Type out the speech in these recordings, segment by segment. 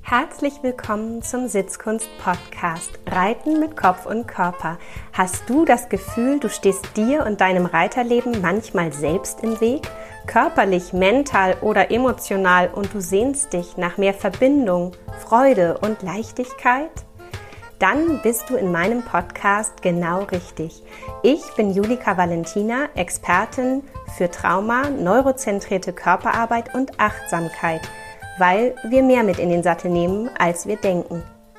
Herzlich willkommen zum Sitzkunst-Podcast Reiten mit Kopf und Körper. Hast du das Gefühl, du stehst dir und deinem Reiterleben manchmal selbst im Weg? Körperlich, mental oder emotional und du sehnst dich nach mehr Verbindung, Freude und Leichtigkeit? Dann bist du in meinem Podcast genau richtig. Ich bin Julika Valentina, Expertin für Trauma, neurozentrierte Körperarbeit und Achtsamkeit, weil wir mehr mit in den Sattel nehmen, als wir denken.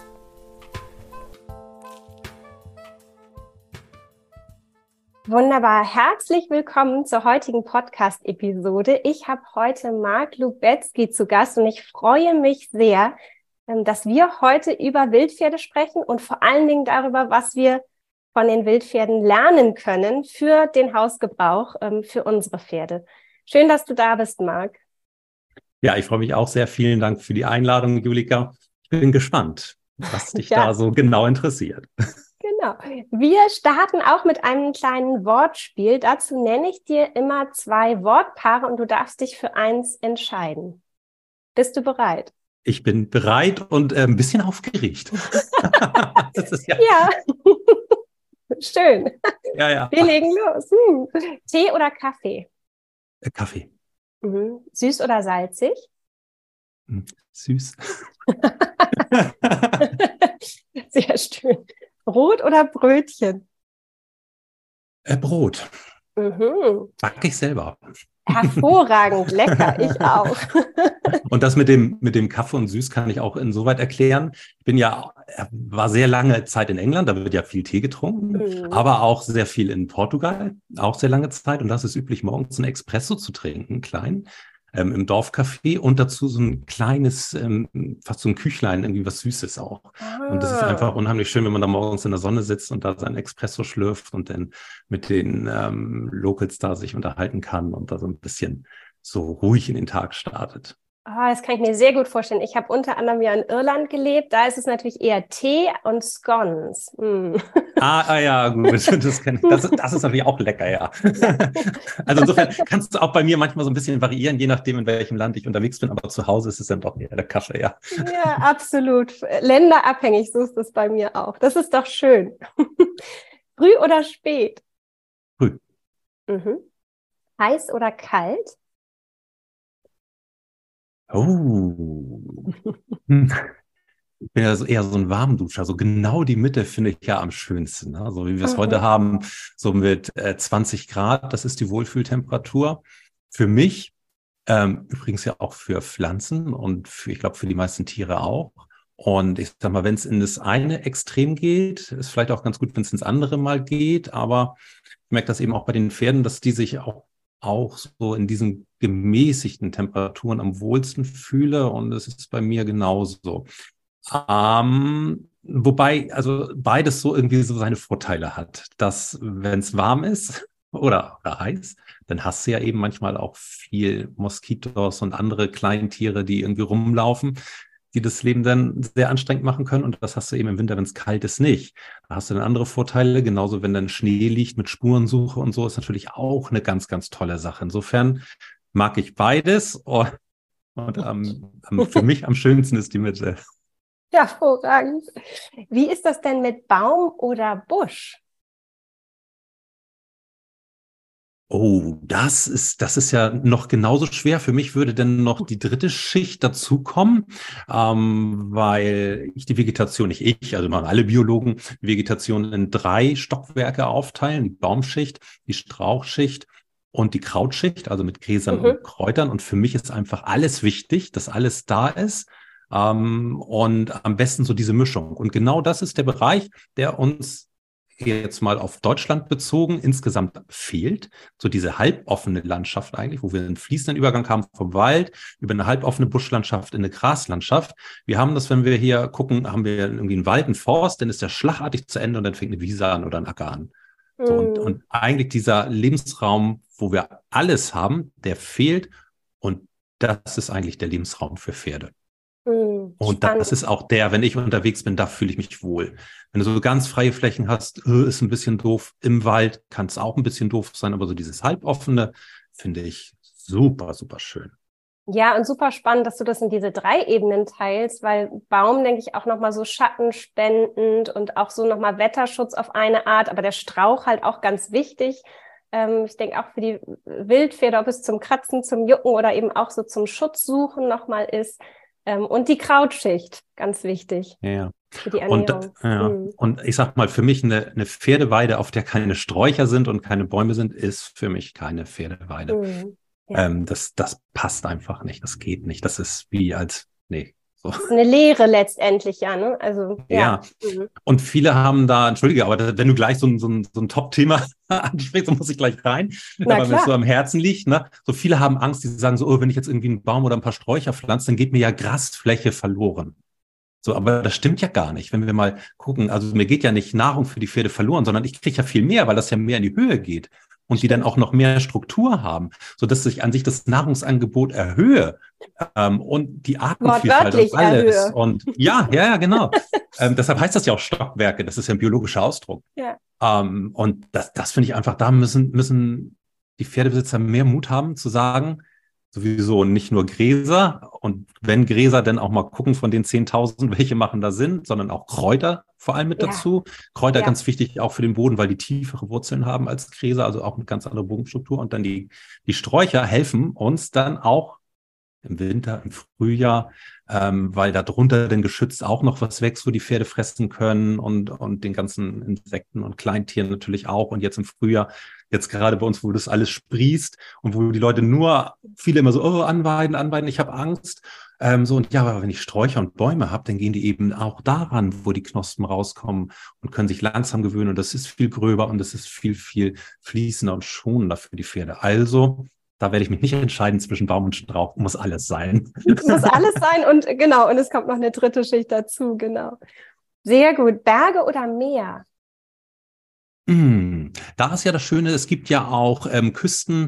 Wunderbar, herzlich willkommen zur heutigen Podcast-Episode. Ich habe heute Marc Lubetzky zu Gast und ich freue mich sehr, dass wir heute über Wildpferde sprechen und vor allen Dingen darüber, was wir von den Wildpferden lernen können für den Hausgebrauch, für unsere Pferde. Schön, dass du da bist, Marc. Ja, ich freue mich auch sehr. Vielen Dank für die Einladung, Julika. Ich bin gespannt, was dich da so genau interessiert. Genau. Wir starten auch mit einem kleinen Wortspiel. Dazu nenne ich dir immer 2 Wortpaare und du darfst dich für eins entscheiden. Bist du bereit? Ich bin bereit und ein bisschen aufgeregt. Das ist ja schön. Ja. Wir legen los. Tee oder Kaffee? Kaffee. Süß oder salzig? Süß. Sehr schön. Brot oder Brötchen? Brot. Backe ich selber. Hervorragend, lecker, ich auch. Und das mit dem Kaffee und Süß kann ich auch insoweit erklären. Ich war sehr lange Zeit in England, da wird ja viel Tee getrunken, aber auch sehr viel in Portugal, auch sehr lange Zeit. Und das ist üblich, morgens einen Espresso zu trinken, klein, im Dorfcafé und dazu so ein kleines, fast so ein Küchlein, irgendwie was Süßes auch. Und das ist einfach unheimlich schön, wenn man da morgens in der Sonne sitzt und da seinen Espresso schlürft und dann mit den Locals da sich unterhalten kann und da so ein bisschen so ruhig in den Tag startet. Das kann ich mir sehr gut vorstellen. Ich habe unter anderem ja in Irland gelebt. Da ist es natürlich eher Tee und Scones. Ja, gut. Das ist natürlich auch lecker, ja. Also insofern kannst du auch bei mir manchmal so ein bisschen variieren, je nachdem, in welchem Land ich unterwegs bin. Aber zu Hause ist es dann doch eher der Kaffee, ja. Ja, absolut. Länderabhängig, so ist es bei mir auch. Das ist doch schön. Früh oder spät? Früh. Heiß oder kalt? Oh. Ich bin ja eher so ein Warmduscher. Also genau die Mitte finde ich ja am schönsten. Ne? So wie wir es heute haben, so mit 20 Grad, das ist die Wohlfühltemperatur. Für mich, übrigens ja auch für Pflanzen und ich glaube für die meisten Tiere auch. Und ich sag mal, wenn es in das eine Extrem geht, ist vielleicht auch ganz gut, wenn es ins andere mal geht. Aber ich merke das eben auch bei den Pferden, dass die sich auch so in diesen gemäßigten Temperaturen am wohlsten fühle. Und es ist bei mir genauso. Wobei also beides so irgendwie so seine Vorteile hat, dass wenn es warm ist oder heiß, dann hast du ja eben manchmal auch viel Moskitos und andere Kleintiere, die irgendwie rumlaufen, die das Leben dann sehr anstrengend machen können. Und das hast du eben im Winter, wenn es kalt ist, nicht. Da hast du dann andere Vorteile. Genauso, wenn dann Schnee liegt mit Spurensuche und so, ist natürlich auch eine ganz, ganz tolle Sache. Insofern mag ich beides. Und für mich am schönsten ist die Mitte. Hervorragend. Wie ist das denn mit Baum oder Busch? Oh, das ist ja noch genauso schwer. Für mich würde dann noch die 3. Schicht dazukommen, weil ich die Vegetation, also machen alle Biologen, die Vegetation in 3 Stockwerke aufteilen, die Baumschicht, die Strauchschicht und die Krautschicht, also mit Gräsern und Kräutern. Und für mich ist einfach alles wichtig, dass alles da ist. Und am besten so diese Mischung. Und genau das ist der Bereich, der uns jetzt mal auf Deutschland bezogen insgesamt fehlt. So diese halboffene Landschaft eigentlich, wo wir einen fließenden Übergang haben vom Wald über eine halboffene Buschlandschaft in eine Graslandschaft. Wir haben das, wenn wir hier gucken, haben wir irgendwie einen Wald, einen Forst, dann ist der schlagartig zu Ende und dann fängt eine Wiese an oder ein Acker an. So, und eigentlich dieser Lebensraum, wo wir alles haben, der fehlt. Und das ist eigentlich der Lebensraum für Pferde. Und das ist auch wenn ich unterwegs bin, da fühle ich mich wohl. Wenn du so ganz freie Flächen hast, ist ein bisschen doof. Im Wald kann es auch ein bisschen doof sein, aber so dieses Halboffene finde ich super, super schön. Ja, und super spannend, dass du das in diese 3 Ebenen teilst, weil Baum, denke ich, auch nochmal so schattenspendend und auch so nochmal Wetterschutz auf eine Art, aber der Strauch halt auch ganz wichtig. Ich denke auch für die Wildpferde, ob es zum Kratzen, zum Jucken oder eben auch so zum Schutzsuchen nochmal ist. Und die Krautschicht, ganz wichtig Ja. für die Und, Ernährung. ja. Und ich sag mal, für mich eine Pferdeweide, auf der keine Sträucher sind und keine Bäume sind, ist für mich keine Pferdeweide. Ja. Das passt einfach nicht. Das geht nicht. Das ist wie nee. So. Das ist eine Lehre letztendlich, ja, ne? Also, ja. Ja. Und viele haben da, entschuldige, aber wenn du gleich so ein Top-Thema ansprichst, dann muss ich gleich rein, weil mir es so am Herzen liegt, ne? So viele haben Angst, die sagen so, oh, wenn ich jetzt irgendwie einen Baum oder ein paar Sträucher pflanze, dann geht mir ja Grasfläche verloren. So, aber das stimmt ja gar nicht. Wenn wir mal gucken, also mir geht ja nicht Nahrung für die Pferde verloren, sondern ich kriege ja viel mehr, weil das ja mehr in die Höhe geht und die dann auch noch mehr Struktur haben, sodass ich an sich das Nahrungsangebot erhöhe und die Artenvielfalt und alles. Erhöhe. Und ja, genau. Deshalb heißt das ja auch Stockwerke. Das ist ja ein biologischer Ausdruck. Ja. Und das finde ich einfach, da müssen die Pferdebesitzer mehr Mut haben zu sagen, sowieso nicht nur Gräser und wenn Gräser, dann auch mal gucken von den 10.000, welche machen da Sinn, sondern auch Kräuter vor allem mit dazu. Kräuter ganz wichtig auch für den Boden, weil die tiefere Wurzeln haben als Gräser, also auch eine ganz andere Bodenstruktur. Und dann die Sträucher helfen uns dann auch im Winter, im Frühjahr, weil da drunter dann geschützt auch noch was wächst, wo die Pferde fressen können und den ganzen Insekten und Kleintieren natürlich auch. Und jetzt im Frühjahr, jetzt gerade bei uns, wo das alles sprießt und wo die Leute viele immer so, oh, anweiden, ich habe Angst. Aber wenn ich Sträucher und Bäume habe, dann gehen die eben auch daran, wo die Knospen rauskommen und können sich langsam gewöhnen. Und das ist viel gröber und das ist viel, viel fließender und schonender für die Pferde. Also, da werde ich mich nicht entscheiden zwischen Baum und Strauch. Muss alles sein. Muss alles sein und genau, und es kommt noch eine 3. Schicht dazu, genau. Sehr gut. Berge oder Meer? Da ist ja das Schöne, es gibt ja auch Küsten,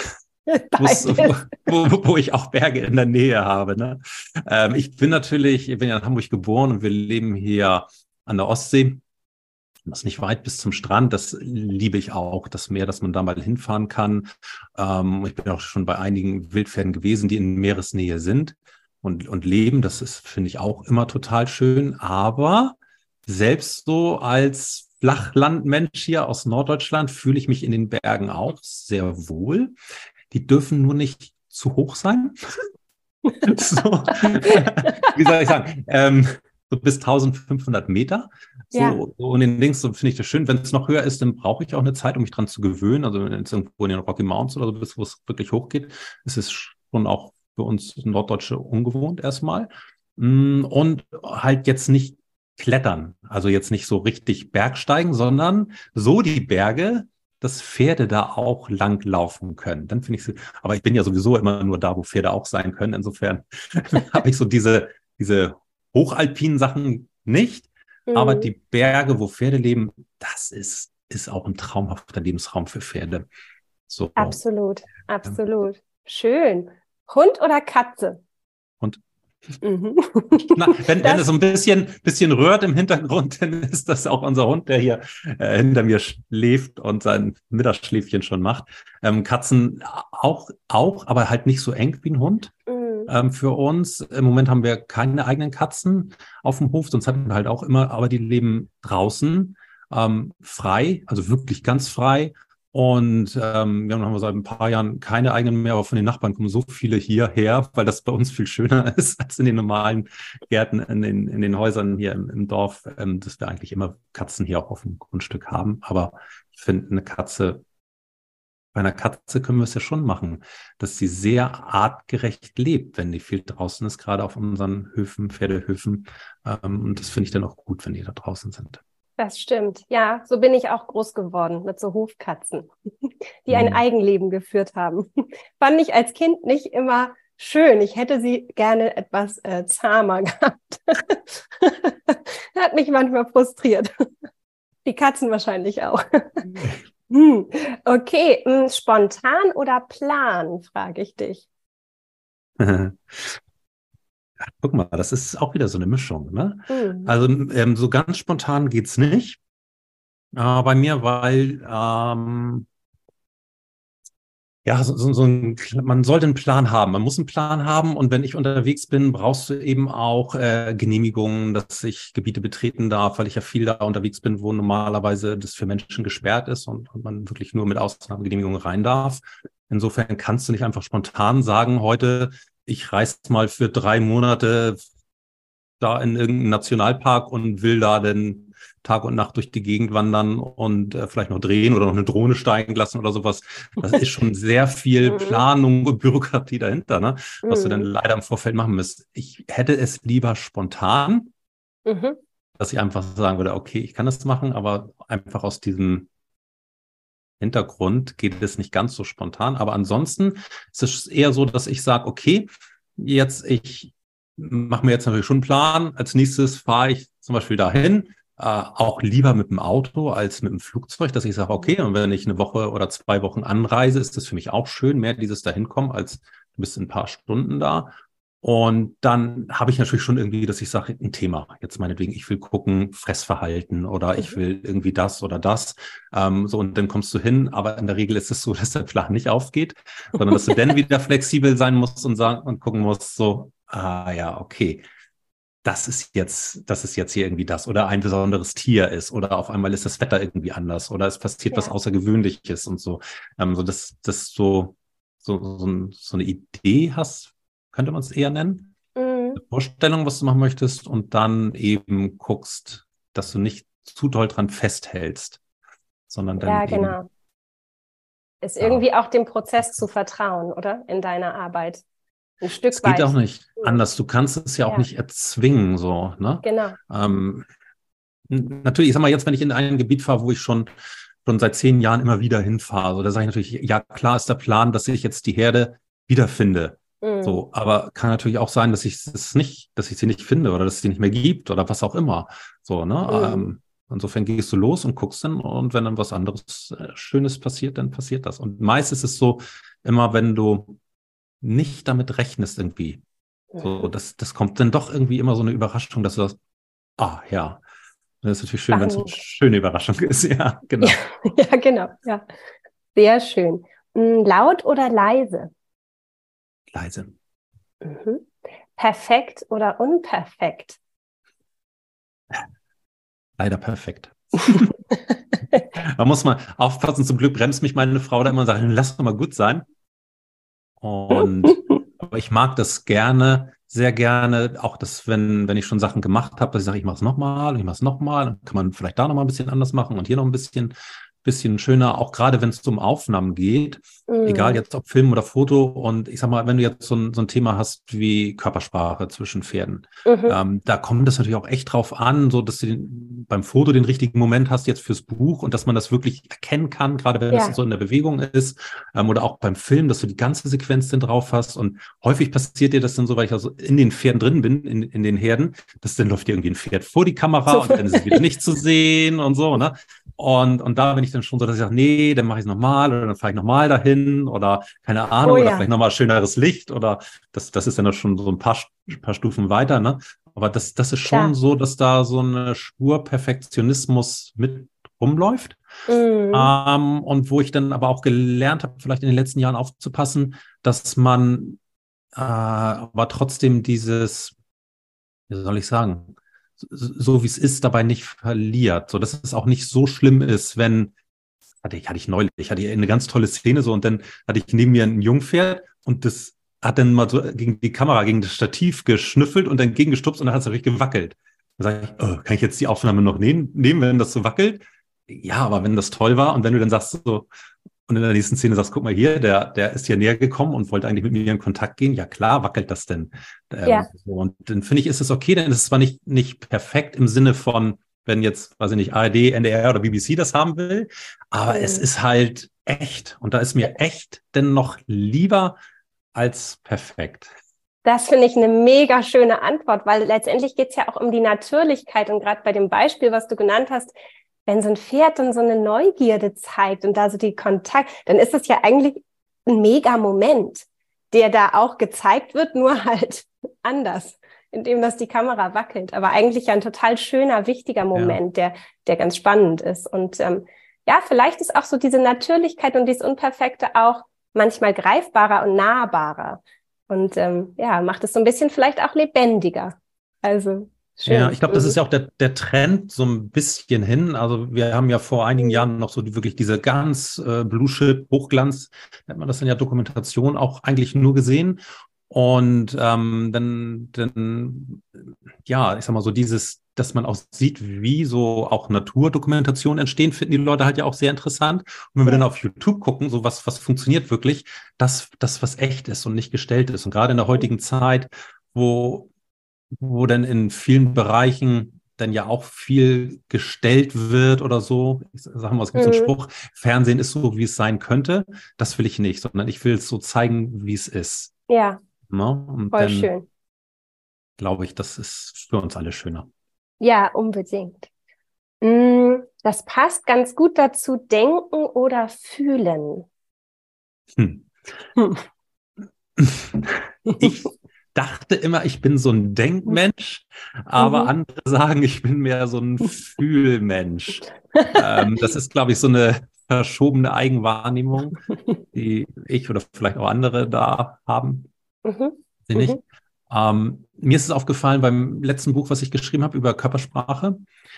wo ich auch Berge in der Nähe habe. Ne? Ich bin ja in Hamburg geboren und wir leben hier an der Ostsee. Das ist nicht weit bis zum Strand. Das liebe ich auch, das Meer, dass man da mal hinfahren kann. Ich bin auch schon bei einigen Wildpferden gewesen, die in Meeresnähe sind und leben. Das ist, finde ich, auch immer total schön. Aber selbst so als Flachlandmensch hier aus Norddeutschland fühle ich mich in den Bergen auch sehr wohl. Die dürfen nur nicht zu hoch sein. So, wie soll ich sagen? So bis 1.500 Meter. So in den Links, so finde ich das schön. Wenn es noch höher ist, dann brauche ich auch eine Zeit, um mich dran zu gewöhnen. Also wenn es irgendwo in den Rocky Mountains oder so bist, wo es wirklich hoch geht, ist es schon auch für uns Norddeutsche ungewohnt erstmal. Und halt jetzt nicht klettern, also jetzt nicht so richtig Bergsteigen, sondern so die Berge, dass Pferde da auch lang laufen können. Dann finde ich aber ich bin ja sowieso immer nur da, wo Pferde auch sein können. Insofern habe ich so diese hochalpinen Sachen nicht. Aber die Berge, wo Pferde leben, das ist auch ein traumhafter Lebensraum für Pferde. So. Absolut. Schön. Hund oder Katze? Hund. Wenn es so ein bisschen rührt im Hintergrund, dann ist das auch unser Hund, der hier hinter mir schläft und sein Mittagsschläfchen schon macht. Katzen auch, aber halt nicht so eng wie ein Hund. Für uns. Im Moment haben wir keine eigenen Katzen auf dem Hof, sonst hatten wir halt auch immer, aber die leben draußen, frei, also wirklich ganz frei. Und wir haben seit ein paar Jahren keine eigenen mehr, aber von den Nachbarn kommen so viele hierher, weil das bei uns viel schöner ist als in den normalen Gärten, in den Häusern hier im Dorf, dass wir eigentlich immer Katzen hier auch auf dem Grundstück haben. Aber ich finde, bei einer Katze können wir es ja schon machen, dass sie sehr artgerecht lebt, wenn die viel draußen ist, gerade auf unseren Höfen, Pferdehöfen. Und das finde ich dann auch gut, wenn die da draußen sind. Das stimmt. Ja, so bin ich auch groß geworden mit so Hofkatzen, die ein Eigenleben geführt haben. Fand ich als Kind nicht immer schön. Ich hätte sie gerne etwas zahmer gehabt. Hat mich manchmal frustriert. Die Katzen wahrscheinlich auch. Okay, spontan oder Plan, frage ich dich. Guck mal, das ist auch wieder so eine Mischung, ne? Also so ganz spontan geht's nicht bei mir, weil Ja, man sollte einen Plan haben. Man muss einen Plan haben. Und wenn ich unterwegs bin, brauchst du eben auch Genehmigungen, dass ich Gebiete betreten darf, weil ich ja viel da unterwegs bin, wo normalerweise das für Menschen gesperrt ist und man wirklich nur mit Ausnahmegenehmigung rein darf. Insofern kannst du nicht einfach spontan sagen, heute, ich reise mal für 3 Monate da in irgendeinen Nationalpark und will da dann Tag und Nacht durch die Gegend wandern und vielleicht noch drehen oder noch eine Drohne steigen lassen oder sowas. Das ist schon sehr viel Mhm. Planung und Bürokratie dahinter, ne? Was du dann Mhm. leider im Vorfeld machen musst. Ich hätte es lieber spontan, Mhm. dass ich einfach sagen würde, okay, ich kann das machen, aber einfach aus diesem Hintergrund geht es nicht ganz so spontan. Aber ansonsten ist es eher so, dass ich sage, okay, ich mache mir jetzt natürlich schon einen Plan. Als nächstes fahre ich zum Beispiel dahin, auch lieber mit dem Auto als mit dem Flugzeug, dass ich sage, okay, und wenn ich eine Woche oder 2 Wochen anreise, ist das für mich auch schön, mehr dieses Dahinkommen, als du bist in ein paar Stunden da. Und dann habe ich natürlich schon irgendwie, dass ich sage, ein Thema. Jetzt meinetwegen, ich will gucken, Fressverhalten oder ich Mhm. will irgendwie das oder das. So, und dann kommst du hin, aber in der Regel ist es so, dass der Plan nicht aufgeht, sondern dass du dann wieder flexibel sein musst und sagen und gucken musst, so, ja, okay, das ist jetzt hier irgendwie das oder ein besonderes Tier ist oder auf einmal ist das Wetter irgendwie anders oder es passiert was Ja. Außergewöhnliches und so. So dass so eine Idee hast, könnte man es eher nennen. Mhm. Eine Vorstellung, was du machen möchtest und dann eben guckst, dass du nicht zu doll dran festhältst, sondern dann Ja, eben, genau. Ist ja, irgendwie auch dem Prozess zu vertrauen, oder? In deiner Arbeit. Ein Stück es geht auch weit. nicht Mhm. anders. Du kannst es ja auch Ja, nicht erzwingen, so, ne? genau. Ähm, Natürlich, ich sag mal, jetzt, wenn ich in ein Gebiet fahre, wo ich schon seit 10 Jahren immer wieder hinfahre, so, da sage ich natürlich, ja, klar ist der Plan, dass ich jetzt die Herde wiederfinde. Mhm. So, aber kann natürlich auch sein, dass ich sie nicht finde oder dass es sie nicht mehr gibt oder was auch immer. So, ne? Mhm. Insofern gehst du los und guckst dann und wenn dann was anderes Schönes passiert, dann passiert das. Und meist ist es so, immer wenn du nicht damit rechnest irgendwie, so, Mhm. das kommt dann doch irgendwie immer so eine Überraschung, dass du sagst, ja. Das ist natürlich schön, wenn es eine Spannend. schöne Überraschung ist. Ja, Ja, genau. ja, genau. Ja, sehr schön. Laut oder leise? Leise. Mhm. Perfekt oder unperfekt? Leider perfekt. Man muss mal aufpassen. Zum Glück bremst mich meine Frau da immer und sagt, lass doch mal gut sein. Aber ich mag das gerne, sehr gerne, auch das, wenn ich schon Sachen gemacht habe, dass ich sage, ich mache es nochmal und ich mache es nochmal. Dann kann man vielleicht da nochmal ein bisschen anders machen und hier noch ein bisschen schöner, auch gerade wenn es um Aufnahmen geht, egal Mhm. jetzt ob Film oder Foto. Und ich sag mal, wenn du jetzt so ein Thema hast wie Körpersprache zwischen Pferden, Mhm. da kommt es natürlich auch echt drauf an, so dass du beim Foto den richtigen Moment hast jetzt fürs Buch und dass man das wirklich erkennen kann, gerade wenn es Ja. so in der Bewegung ist, oder auch beim Film, dass du die ganze Sequenz dann drauf hast. Und häufig passiert dir das dann so, weil ich also in den Pferden drin bin, in den Herden, dass dann läuft dir irgendwie ein Pferd vor die Kamera und dann ist es wieder nicht zu sehen und so, ne? Und da bin ich dann schon so, dass ich sage, nee, dann mache ich es nochmal oder dann fahre ich nochmal dahin oder keine Oh Ahnung oder ja. vielleicht nochmal schöneres Licht oder das ist dann schon so ein paar Stufen weiter, ne? Aber das ist schon Klar. so, dass da so eine Spur Perfektionismus mit rumläuft. Mhm. Und wo ich dann aber auch gelernt habe, vielleicht in den letzten Jahren aufzupassen, dass man aber trotzdem wie soll ich sagen, so wie es ist, dabei nicht verliert. So dass es auch nicht so schlimm ist, wenn, hatte ich neulich, ich hatte eine ganz tolle Szene so und dann hatte ich neben mir ein Jungpferd und das hat dann mal so gegen die Kamera, gegen das Stativ geschnüffelt und dann gegengestupst und dann hat es richtig gewackelt. Dann sage ich, kann ich jetzt die Aufnahme noch nehmen, wenn das so wackelt? Ja, aber wenn das toll war und wenn du dann sagst so, und in der nächsten Szene sagst, guck mal hier, der ist hier näher gekommen und wollte eigentlich mit mir in Kontakt gehen. Ja klar, wackelt das denn. Ja. So. Und dann finde ich, ist es okay, denn es ist zwar nicht perfekt im Sinne von, wenn jetzt, weiß ich nicht, ARD, NDR oder BBC das haben will, aber es Mhm. ist halt echt. Und da ist Ja. mir echt denn noch lieber als perfekt. Das finde ich eine mega schöne Antwort, weil letztendlich geht es ja auch um die Natürlichkeit. Und gerade bei dem Beispiel, was du genannt hast, wenn so ein Pferd dann so eine Neugierde zeigt und da so die Kontakt, dann ist das ja eigentlich ein mega Moment, der da auch gezeigt wird, nur halt anders, indem das die Kamera wackelt. Aber eigentlich ja ein total schöner, wichtiger Ja, Moment, der ganz spannend ist. Und ja, vielleicht ist auch so diese Natürlichkeit und dieses Unperfekte auch manchmal greifbarer und nahbarer. Und macht es so ein bisschen vielleicht auch lebendiger. Also schön. Ja, ich glaube, das ist ja auch der Trend so ein bisschen hin. Also wir haben ja vor einigen Jahren noch so wirklich diese ganz Blue Chip, Hochglanz, nennt man das dann ja Dokumentation, auch eigentlich nur gesehen. Und ja, ich sag mal so dass man auch sieht, wie so auch Naturdokumentationen entstehen, finden die Leute halt ja auch sehr interessant. Und wenn wir dann auf YouTube gucken, so was funktioniert wirklich, das, was echt ist und nicht gestellt ist. Und gerade in der heutigen Zeit, wo dann in vielen Bereichen dann ja auch viel gestellt wird oder so. Ich sag mal, es gibt so einen Spruch, Fernsehen ist so, wie es sein könnte. Das will ich nicht, sondern ich will es so zeigen, wie es ist. Ja, Ne? Und voll dann schön. glaube ich, das ist für uns alle schöner. Ja, unbedingt. Das passt ganz gut dazu, denken oder fühlen. Ich dachte immer, ich bin so ein Denkmensch, aber andere sagen, ich bin mehr so ein Fühlmensch. Das ist, glaube ich, so eine verschobene Eigenwahrnehmung, die ich oder vielleicht auch andere da haben. Sie nicht. Mir ist es aufgefallen beim letzten Buch, was ich geschrieben habe über Körpersprache,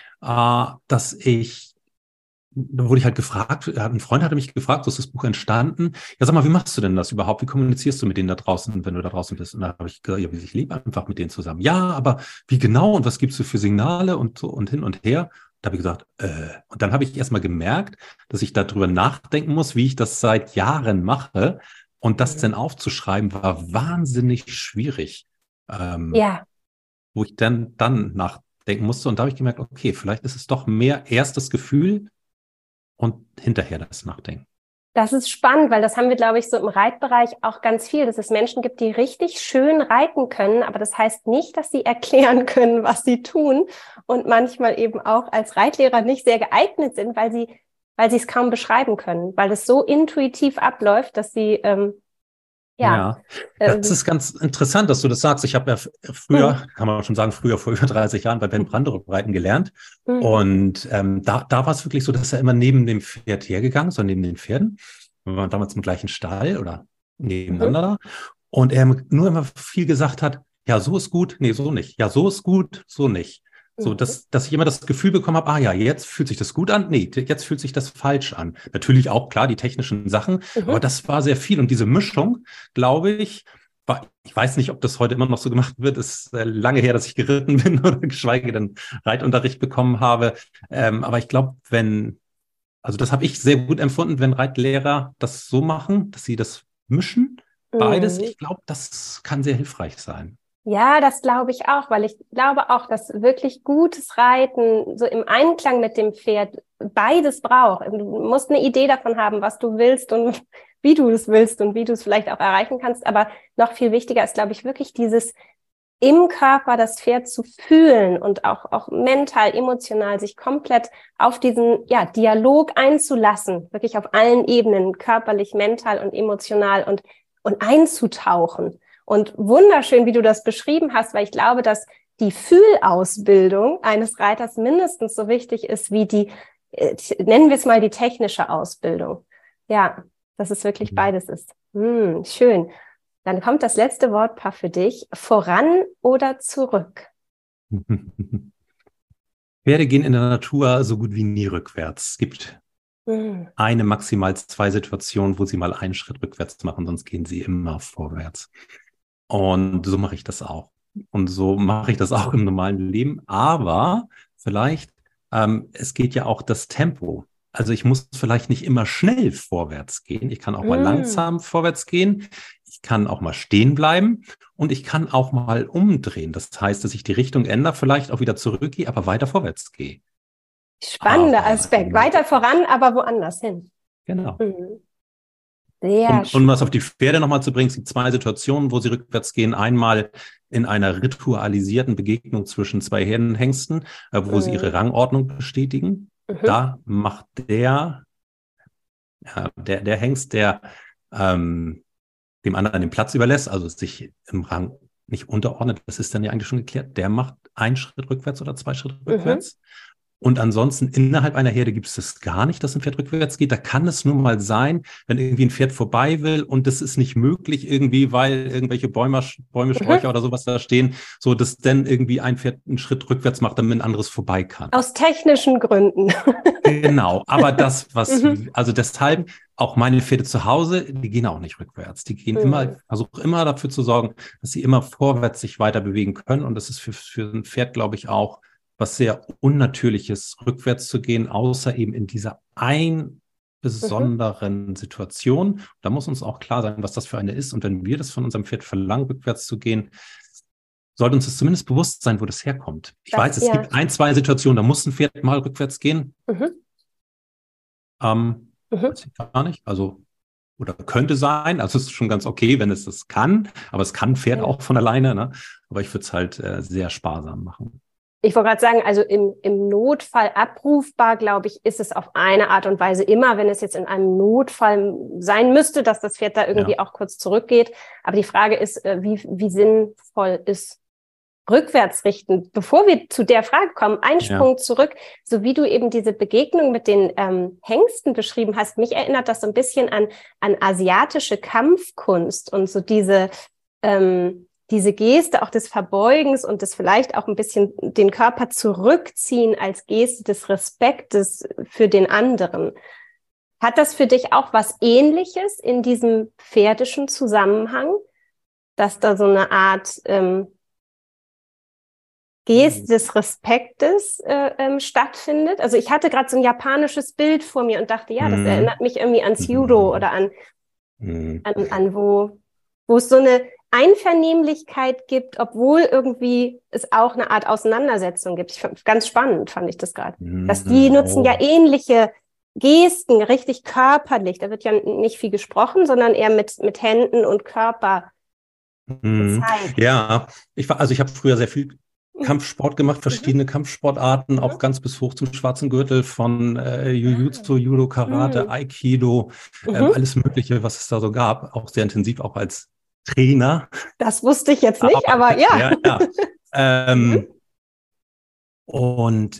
da wurde ich halt gefragt, ein Freund hatte mich gefragt, so ist das Buch entstanden. Ja, sag mal, wie machst du denn das überhaupt? Wie kommunizierst du mit denen da draußen, wenn du da draußen bist? Und da habe ich gesagt, ja, ich lebe einfach mit denen zusammen. Ja, aber wie genau und was gibst du für Signale und so und hin und her? Da habe ich gesagt, und dann habe ich erst mal gemerkt, dass ich darüber nachdenken muss, wie ich das seit Jahren mache. Und das dann aufzuschreiben, war wahnsinnig schwierig. Ja. Wo ich dann nachdenken musste. Und da habe ich gemerkt, okay, vielleicht ist es doch mehr erst das Gefühl und hinterher das Nachdenken. Das ist spannend, weil das haben wir, glaube ich, so im Reitbereich auch ganz viel, dass es Menschen gibt, die richtig schön reiten können, aber das heißt nicht, dass sie erklären können, was sie tun und manchmal eben auch als Reitlehrer nicht sehr geeignet sind, weil sie es kaum beschreiben können, weil es so intuitiv abläuft, dass sie das ist ganz interessant, dass du das sagst. Ich habe ja früher, kann man schon sagen, früher vor über 30 Jahren bei Ben Branderup reiten gelernt. Und da war es wirklich so, dass er immer neben dem Pferd hergegangen ist, oder neben den Pferden. Wir waren damals im gleichen Stall oder nebeneinander da. Und er nur immer viel gesagt hat, ja, so ist gut, nee, so nicht. Ja, so ist gut, so nicht. So, dass ich immer das Gefühl bekommen habe, ja, jetzt fühlt sich das gut an. Nee, jetzt fühlt sich das falsch an. Natürlich auch, klar, die technischen Sachen, aber das war sehr viel. Und diese Mischung, glaube ich weiß nicht, ob das heute immer noch so gemacht wird. Es ist lange her, dass ich geritten bin oder geschweige denn Reitunterricht bekommen habe. Aber ich glaube, also das habe ich sehr gut empfunden, wenn Reitlehrer das so machen, dass sie das mischen. Beides, ich glaube, das kann sehr hilfreich sein. Ja, das glaube ich auch, weil ich glaube auch, dass wirklich gutes Reiten so im Einklang mit dem Pferd beides braucht. Du musst eine Idee davon haben, was du willst und wie du es willst und wie du es vielleicht auch erreichen kannst. Aber noch viel wichtiger ist, glaube ich, wirklich dieses im Körper das Pferd zu fühlen und auch mental, emotional sich komplett auf diesen Dialog einzulassen, wirklich auf allen Ebenen, körperlich, mental und emotional und einzutauchen. Und wunderschön, wie du das beschrieben hast, weil ich glaube, dass die Fühlausbildung eines Reiters mindestens so wichtig ist wie die, nennen wir es mal die technische Ausbildung. Ja, dass es wirklich beides ist. Schön. Dann kommt das letzte Wortpaar für dich. Voran oder zurück? Pferde gehen in der Natur so gut wie nie rückwärts. Es gibt eine, maximal 2 Situationen, wo sie mal einen Schritt rückwärts machen, sonst gehen sie immer vorwärts. Und so mache ich das auch. Und so mache ich das auch im normalen Leben. Aber vielleicht, es geht ja auch das Tempo. Also ich muss vielleicht nicht immer schnell vorwärts gehen. Ich kann auch mal langsam vorwärts gehen. Ich kann auch mal stehen bleiben und ich kann auch mal umdrehen. Das heißt, dass ich die Richtung ändere, vielleicht auch wieder zurückgehe, aber weiter vorwärts gehe. Spannender Aspekt. Weiter voran, aber woanders hin. Genau. Sehr schön. Um was auf die Pferde nochmal zu bringen, es gibt 2 Situationen, wo sie rückwärts gehen. Einmal in einer ritualisierten Begegnung zwischen 2 Herdenhengsten, wo sie ihre Rangordnung bestätigen. Da macht der Hengst, der dem anderen den Platz überlässt, also sich im Rang nicht unterordnet, das ist dann ja eigentlich schon geklärt, der macht einen Schritt rückwärts oder 2 Schritte rückwärts. Und ansonsten innerhalb einer Herde gibt es das gar nicht, dass ein Pferd rückwärts geht. Da kann es nur mal sein, wenn irgendwie ein Pferd vorbei will und das ist nicht möglich irgendwie, weil irgendwelche Bäume, Sträucher oder sowas da stehen, so dass dann irgendwie ein Pferd einen Schritt rückwärts macht, damit ein anderes vorbei kann. Aus technischen Gründen. Genau, aber also deshalb auch meine Pferde zu Hause, die gehen auch nicht rückwärts. Die gehen versuche immer dafür zu sorgen, dass sie immer vorwärts sich weiter bewegen können. Und das ist für ein Pferd, glaube ich, auch was sehr Unnatürliches, rückwärts zu gehen, außer eben in dieser besonderen Situation. Da muss uns auch klar sein, was das für eine ist. Und wenn wir das von unserem Pferd verlangen, rückwärts zu gehen, sollte uns das zumindest bewusst sein, wo das herkommt. Ich weiß, es gibt 1, 2 Situationen, da muss ein Pferd mal rückwärts gehen. Weiß ich gar nicht. Also, oder könnte sein. Also es ist schon ganz okay, wenn es das kann. Aber es kann ein Pferd auch von alleine. Ne? Aber ich würde es halt sehr sparsam machen. Ich wollte gerade sagen, also im Notfall abrufbar, glaube ich, ist es auf eine Art und Weise immer, wenn es jetzt in einem Notfall sein müsste, dass das Pferd da irgendwie auch kurz zurückgeht. Aber die Frage ist, wie sinnvoll ist rückwärts richten? Bevor wir zu der Frage kommen, ein Sprung zurück, so wie du eben diese Begegnung mit den Hengsten beschrieben hast, mich erinnert das so ein bisschen an asiatische Kampfkunst und so diese Geste auch des Verbeugens und des vielleicht auch ein bisschen den Körper zurückziehen als Geste des Respektes für den anderen. Hat das für dich auch was Ähnliches in diesem pferdischen Zusammenhang, dass da so eine Art Geste des Respektes stattfindet? Also ich hatte gerade so ein japanisches Bild vor mir und dachte, ja, das erinnert mich irgendwie ans Judo oder an wo es so eine Einvernehmlichkeit gibt, obwohl irgendwie es auch eine Art Auseinandersetzung gibt. Ganz spannend fand ich das gerade. Dass die nutzen ja ähnliche Gesten, richtig körperlich. Da wird ja nicht viel gesprochen, sondern eher mit Händen und Körper gezeigt. Ja, ich habe früher sehr viel Kampfsport gemacht, verschiedene Kampfsportarten, auch ganz bis hoch zum schwarzen Gürtel von Jiu-Jitsu, Judo, Karate, Aikido, alles Mögliche, was es da so gab, auch sehr intensiv, auch als Trainer. Das wusste ich jetzt nicht, aber ja. Und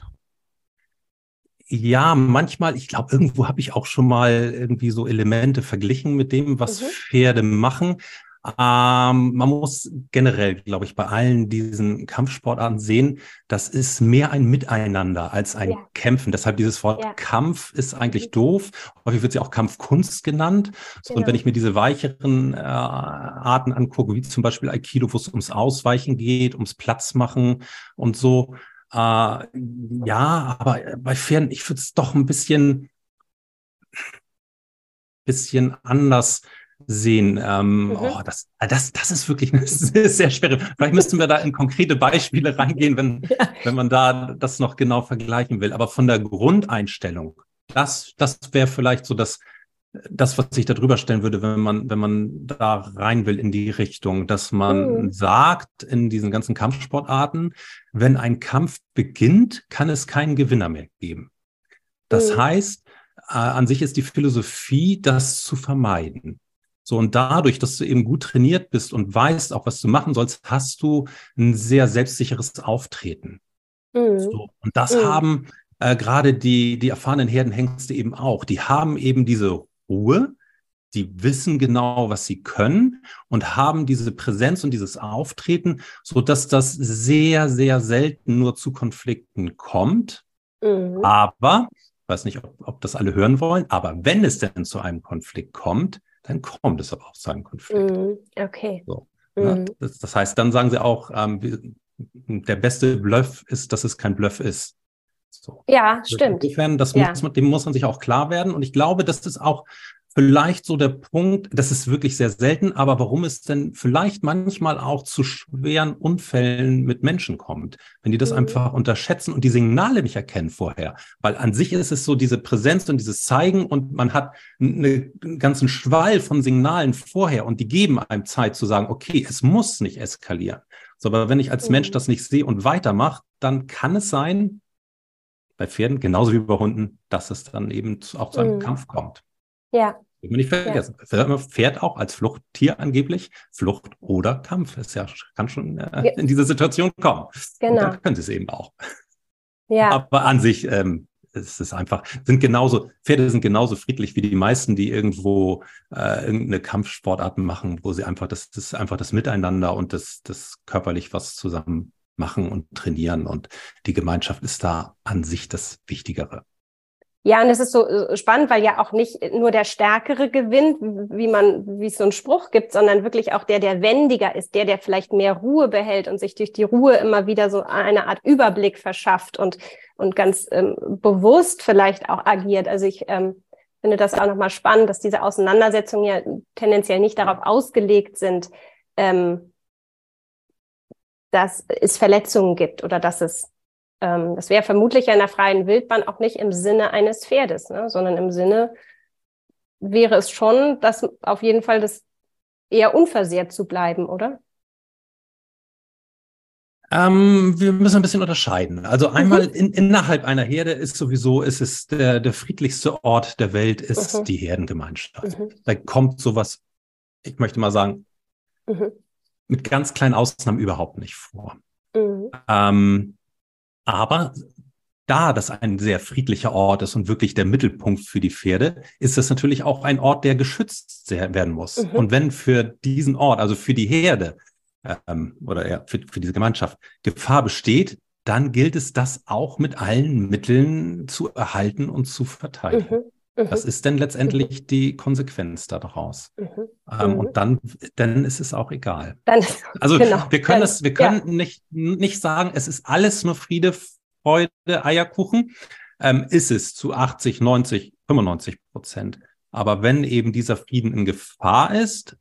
ja, manchmal, ich glaube, irgendwo habe ich auch schon mal irgendwie so Elemente verglichen mit dem, was Pferde machen. Man muss generell, glaube ich, bei allen diesen Kampfsportarten sehen, das ist mehr ein Miteinander als ein Kämpfen. Deshalb dieses Wort Kampf ist eigentlich doof. Häufig wird sie auch Kampfkunst genannt. So, und wenn ich mir diese weicheren Arten angucke, wie zum Beispiel Aikido, wo es ums Ausweichen geht, ums Platzmachen und so, ja, aber bei Pferden, ich würde es doch ein bisschen anders sehen. Das ist wirklich eine sehr schwere. Vielleicht müssten wir da in konkrete Beispiele reingehen, wenn man da das noch genau vergleichen will. Aber von der Grundeinstellung, das wäre vielleicht so das, was ich da drüber stellen würde, wenn man da rein will in die Richtung, dass man sagt, in diesen ganzen Kampfsportarten, wenn ein Kampf beginnt, kann es keinen Gewinner mehr geben. Das heißt, an sich ist die Philosophie, das zu vermeiden. So, und dadurch, dass du eben gut trainiert bist und weißt auch, was du machen sollst, hast du ein sehr selbstsicheres Auftreten. So, und das haben gerade die erfahrenen Herdenhengste eben auch. Die haben eben diese Ruhe, die wissen genau, was sie können und haben diese Präsenz und dieses Auftreten, so dass das sehr, sehr selten nur zu Konflikten kommt. Aber, ich weiß nicht, ob das alle hören wollen, aber wenn es denn zu einem Konflikt kommt, dann kommt es aber auch zu einem Konflikt. Okay. So, ne? Das heißt, dann sagen sie auch, der beste Bluff ist, dass es kein Bluff ist. So. Ja, stimmt. Insofern, dem muss man sich auch klar werden. Und ich glaube, das ist auch vielleicht so der Punkt, das ist wirklich sehr selten, aber warum es denn vielleicht manchmal auch zu schweren Unfällen mit Menschen kommt, wenn die das einfach unterschätzen und die Signale nicht erkennen vorher. Weil an sich ist es so diese Präsenz und dieses Zeigen und man hat einen ganzen Schwall von Signalen vorher und die geben einem Zeit zu sagen, okay, es muss nicht eskalieren. So, aber wenn ich als Mensch das nicht sehe und weitermache, dann kann es sein, bei Pferden genauso wie bei Hunden, dass es dann eben auch zu einem Kampf kommt. Ja. Das will nicht vergessen. Pferd auch als Fluchttier angeblich. Flucht oder Kampf. Es kann schon in diese Situation kommen. Genau. Und dann können sie es eben auch. Ja. Aber an sich, es ist einfach, Pferde sind genauso friedlich wie die meisten, die irgendwo irgendeine Kampfsportart machen, wo sie einfach, das ist einfach das Miteinander und das körperlich was zusammen machen und trainieren. Und die Gemeinschaft ist da an sich das Wichtigere. Ja, und es ist so spannend, weil ja auch nicht nur der Stärkere gewinnt, wie es so einen Spruch gibt, sondern wirklich auch der wendiger ist, der vielleicht mehr Ruhe behält und sich durch die Ruhe immer wieder so eine Art Überblick verschafft und ganz bewusst vielleicht auch agiert. Also ich finde das auch nochmal spannend, dass diese Auseinandersetzungen ja tendenziell nicht darauf ausgelegt sind, dass es Verletzungen gibt oder dass es das wäre vermutlich ja in der freien Wildbahn auch nicht im Sinne eines Pferdes, ne? Sondern im Sinne wäre es schon, dass auf jeden Fall das eher unversehrt zu bleiben, oder? Wir müssen ein bisschen unterscheiden. Also einmal innerhalb einer Herde ist es der friedlichste Ort der Welt, ist die Herdengemeinschaft. Da kommt sowas, ich möchte mal sagen, mit ganz kleinen Ausnahmen überhaupt nicht vor. Aber da das ein sehr friedlicher Ort ist und wirklich der Mittelpunkt für die Pferde, ist das natürlich auch ein Ort, der geschützt werden muss. Und wenn für diesen Ort, also für die Herde oder ja, für diese Gemeinschaft Gefahr besteht, dann gilt es, das auch mit allen Mitteln zu erhalten und zu verteidigen. Das ist dann letztendlich die Konsequenz daraus. Und dann ist es auch egal. Also genau, wir können nicht sagen, es ist alles nur Friede, Freude, Eierkuchen. Ist es zu 80, 90, 95%. Aber wenn eben dieser Frieden in Gefahr ist,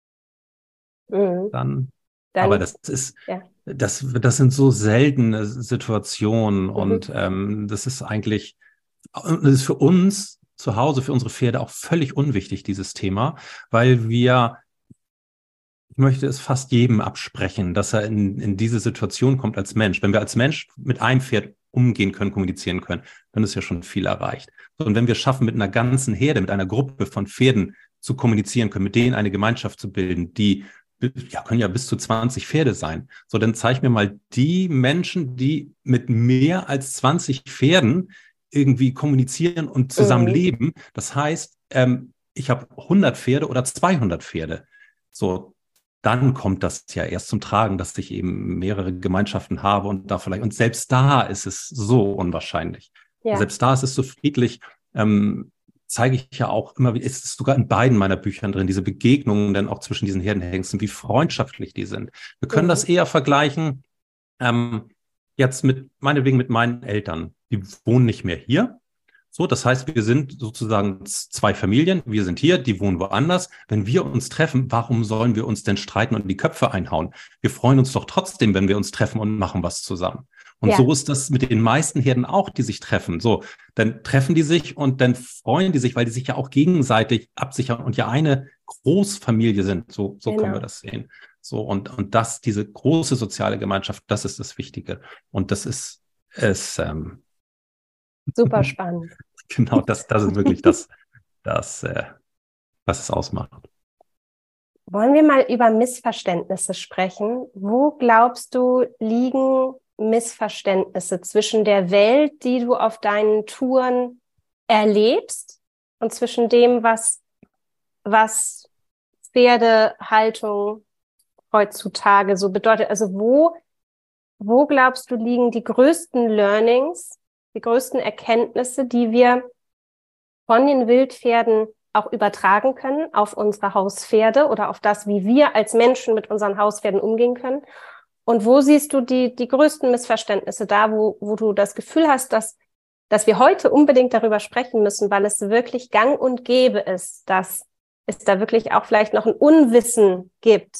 dann aber das sind so seltene Situationen und das ist eigentlich, das ist für uns zu Hause, für unsere Pferde auch völlig unwichtig, dieses Thema, weil ich möchte es fast jedem absprechen, dass er in diese Situation kommt als Mensch. Wenn wir als Mensch mit einem Pferd umgehen können, kommunizieren können, dann ist ja schon viel erreicht. Und wenn wir schaffen, mit einer ganzen Herde, mit einer Gruppe von Pferden zu kommunizieren können, mit denen eine Gemeinschaft zu bilden, die können ja bis zu 20 Pferde sein. So, dann zeig mir mal die Menschen, die mit mehr als 20 Pferden irgendwie kommunizieren und zusammen leben. Das heißt, ich habe 100 Pferde oder 200 Pferde. So, dann kommt das ja erst zum Tragen, dass ich eben mehrere Gemeinschaften habe und selbst da ist es so unwahrscheinlich. Ja. Selbst da ist es so friedlich, zeige ich ja auch immer, ist es sogar in beiden meiner Büchern drin, diese Begegnungen dann auch zwischen diesen Herdenhengsten, wie freundschaftlich die sind. Wir können das eher vergleichen, jetzt meinetwegen mit meinen Eltern. Die wohnen nicht mehr hier. So, das heißt, wir sind sozusagen zwei Familien. Wir sind hier, die wohnen woanders. Wenn wir uns treffen, warum sollen wir uns denn streiten und die Köpfe einhauen? Wir freuen uns doch trotzdem, wenn wir uns treffen und machen was zusammen. Und so ist das mit den meisten Herden auch, die sich treffen. So, dann treffen die sich und dann freuen die sich, weil die sich ja auch gegenseitig absichern und ja eine Großfamilie sind. So können wir das sehen. So, und diese große soziale Gemeinschaft, das ist das Wichtige. Und das ist super spannend. Genau, das ist wirklich das, was es ausmacht. Wollen wir mal über Missverständnisse sprechen? Wo glaubst du, liegen Missverständnisse zwischen der Welt, die du auf deinen Touren erlebst, und zwischen dem, was Pferdehaltung heutzutage so bedeutet? Also wo glaubst du, liegen die größten Learnings, die größten Erkenntnisse, die wir von den Wildpferden auch übertragen können auf unsere Hauspferde oder auf das, wie wir als Menschen mit unseren Hauspferden umgehen können? Und wo siehst du die größten Missverständnisse da, wo du das Gefühl hast, dass wir heute unbedingt darüber sprechen müssen, weil es wirklich gang und gäbe ist, dass es da wirklich auch vielleicht noch ein Unwissen gibt,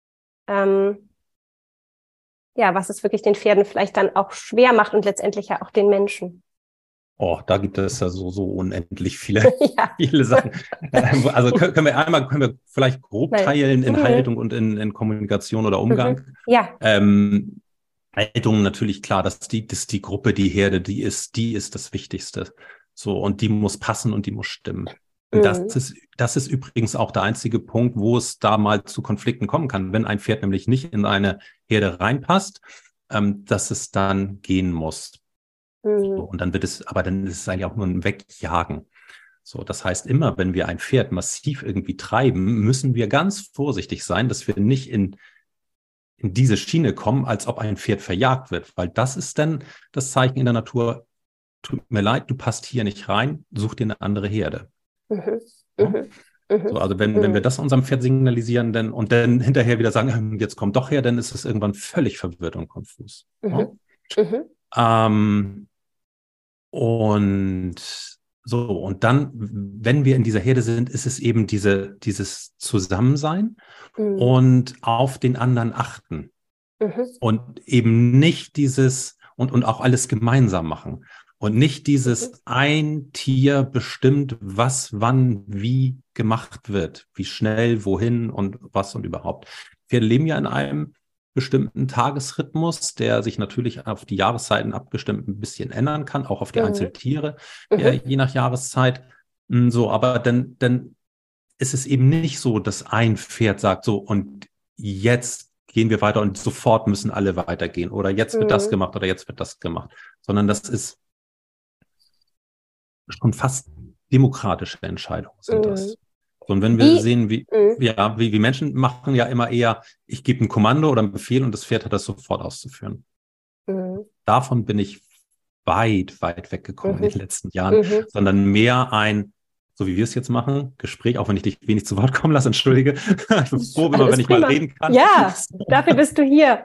was es wirklich den Pferden vielleicht dann auch schwer macht und letztendlich ja auch den Menschen. Oh, da gibt es ja so unendlich viele Sachen. Also können wir vielleicht grob teilen in Haltung und in Kommunikation oder Umgang. Ja. Haltung natürlich klar, dass die Gruppe, die Herde, die ist das Wichtigste. So, und die muss passen und die muss stimmen. Und das ist übrigens auch der einzige Punkt, wo es da mal zu Konflikten kommen kann, wenn ein Pferd nämlich nicht in eine Herde reinpasst, dass es dann gehen muss. Mhm. So, und dann dann ist es eigentlich auch nur ein Wegjagen. So, das heißt, immer wenn wir ein Pferd massiv irgendwie treiben, müssen wir ganz vorsichtig sein, dass wir nicht in diese Schiene kommen, als ob ein Pferd verjagt wird, weil das ist dann das Zeichen in der Natur: Tut mir leid, du passt hier nicht rein, such dir eine andere Herde. Mhm. Ja? Mhm. Mhm. So, also wenn wir Mhm. das unserem Pferd signalisieren und dann hinterher wieder sagen, jetzt kommt doch her, dann ist es irgendwann völlig verwirrt und konfus. Ja? Mhm. Mhm. Ähm, und und dann, wenn wir in dieser Herde sind, ist es eben dieses Zusammensein Mhm. und auf den anderen achten. Mhm. Und eben nicht und auch alles gemeinsam machen. Und nicht Mhm. dieses ein Tier bestimmt, was, wann, wie gemacht wird, wie schnell, wohin und was und überhaupt. Wir leben ja in einem bestimmten Tagesrhythmus, der sich natürlich auf die Jahreszeiten abgestimmt ein bisschen ändern kann, auch auf die Mhm. Einzeltiere, Mhm. je nach Jahreszeit. Aber dann ist es eben nicht so, dass ein Pferd sagt, so, und jetzt gehen wir weiter und sofort müssen alle weitergehen oder jetzt wird das Mhm. gemacht oder jetzt wird das gemacht, sondern das ist schon fast demokratische Entscheidungen sind Mhm. das. So, und wenn wir Wie? sehen, Mhm. wie Menschen machen ja immer eher, ich gebe ein Kommando oder einen Befehl und das Pferd hat das sofort auszuführen. Mhm. Davon bin ich weit weggekommen in Mhm. den letzten Jahren, Mhm. sondern mehr so wie wir es jetzt machen, Gespräch, auch wenn ich dich wenig zu Wort kommen lasse, entschuldige. Ich bin froh immer, wenn Alles ich mal prima. reden kann. Ja, dafür bist du hier.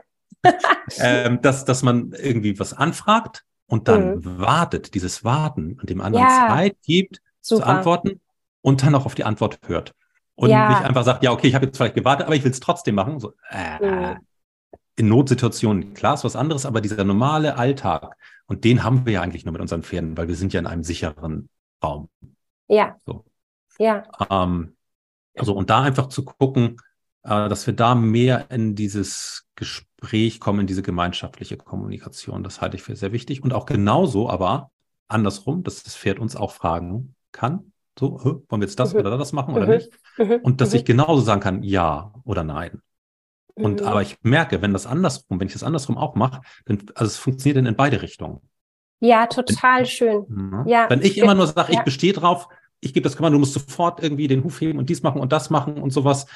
Dass man irgendwie was anfragt und dann Mhm. wartet, dieses Warten und dem anderen Ja, Zeit gibt, zu super. antworten und dann auch auf die Antwort hört. Und nicht Ja. einfach sagt, ja, okay, ich habe jetzt vielleicht gewartet, aber ich will es trotzdem machen. So, Mhm. in Notsituationen, klar ist was anderes, aber dieser normale Alltag, und den haben wir ja eigentlich nur mit unseren Pferden, weil wir sind ja in einem sicheren Raum. Ja, So. ja. Ähm, und da einfach zu gucken, dass wir da mehr in dieses Gespräch kommen, in diese gemeinschaftliche Kommunikation. Das halte ich für sehr wichtig. Und auch genauso, aber andersrum, dass das Pferd uns auch fragen kann, so, wollen wir jetzt das Mhm. oder das machen oder Mhm. nicht? Mhm. Und dass ich Mhm. genauso sagen kann, ja oder nein. Aber Mhm. ich merke, wenn ich das andersrum auch mache, also es funktioniert dann in beide Richtungen. Ja, Wenn, total schön. ja. Ja, Wenn ich immer nur sage, ich ja. bestehe drauf, ich gebe das Kommando, du musst sofort irgendwie den Huf heben und dies machen und das machen und sowas,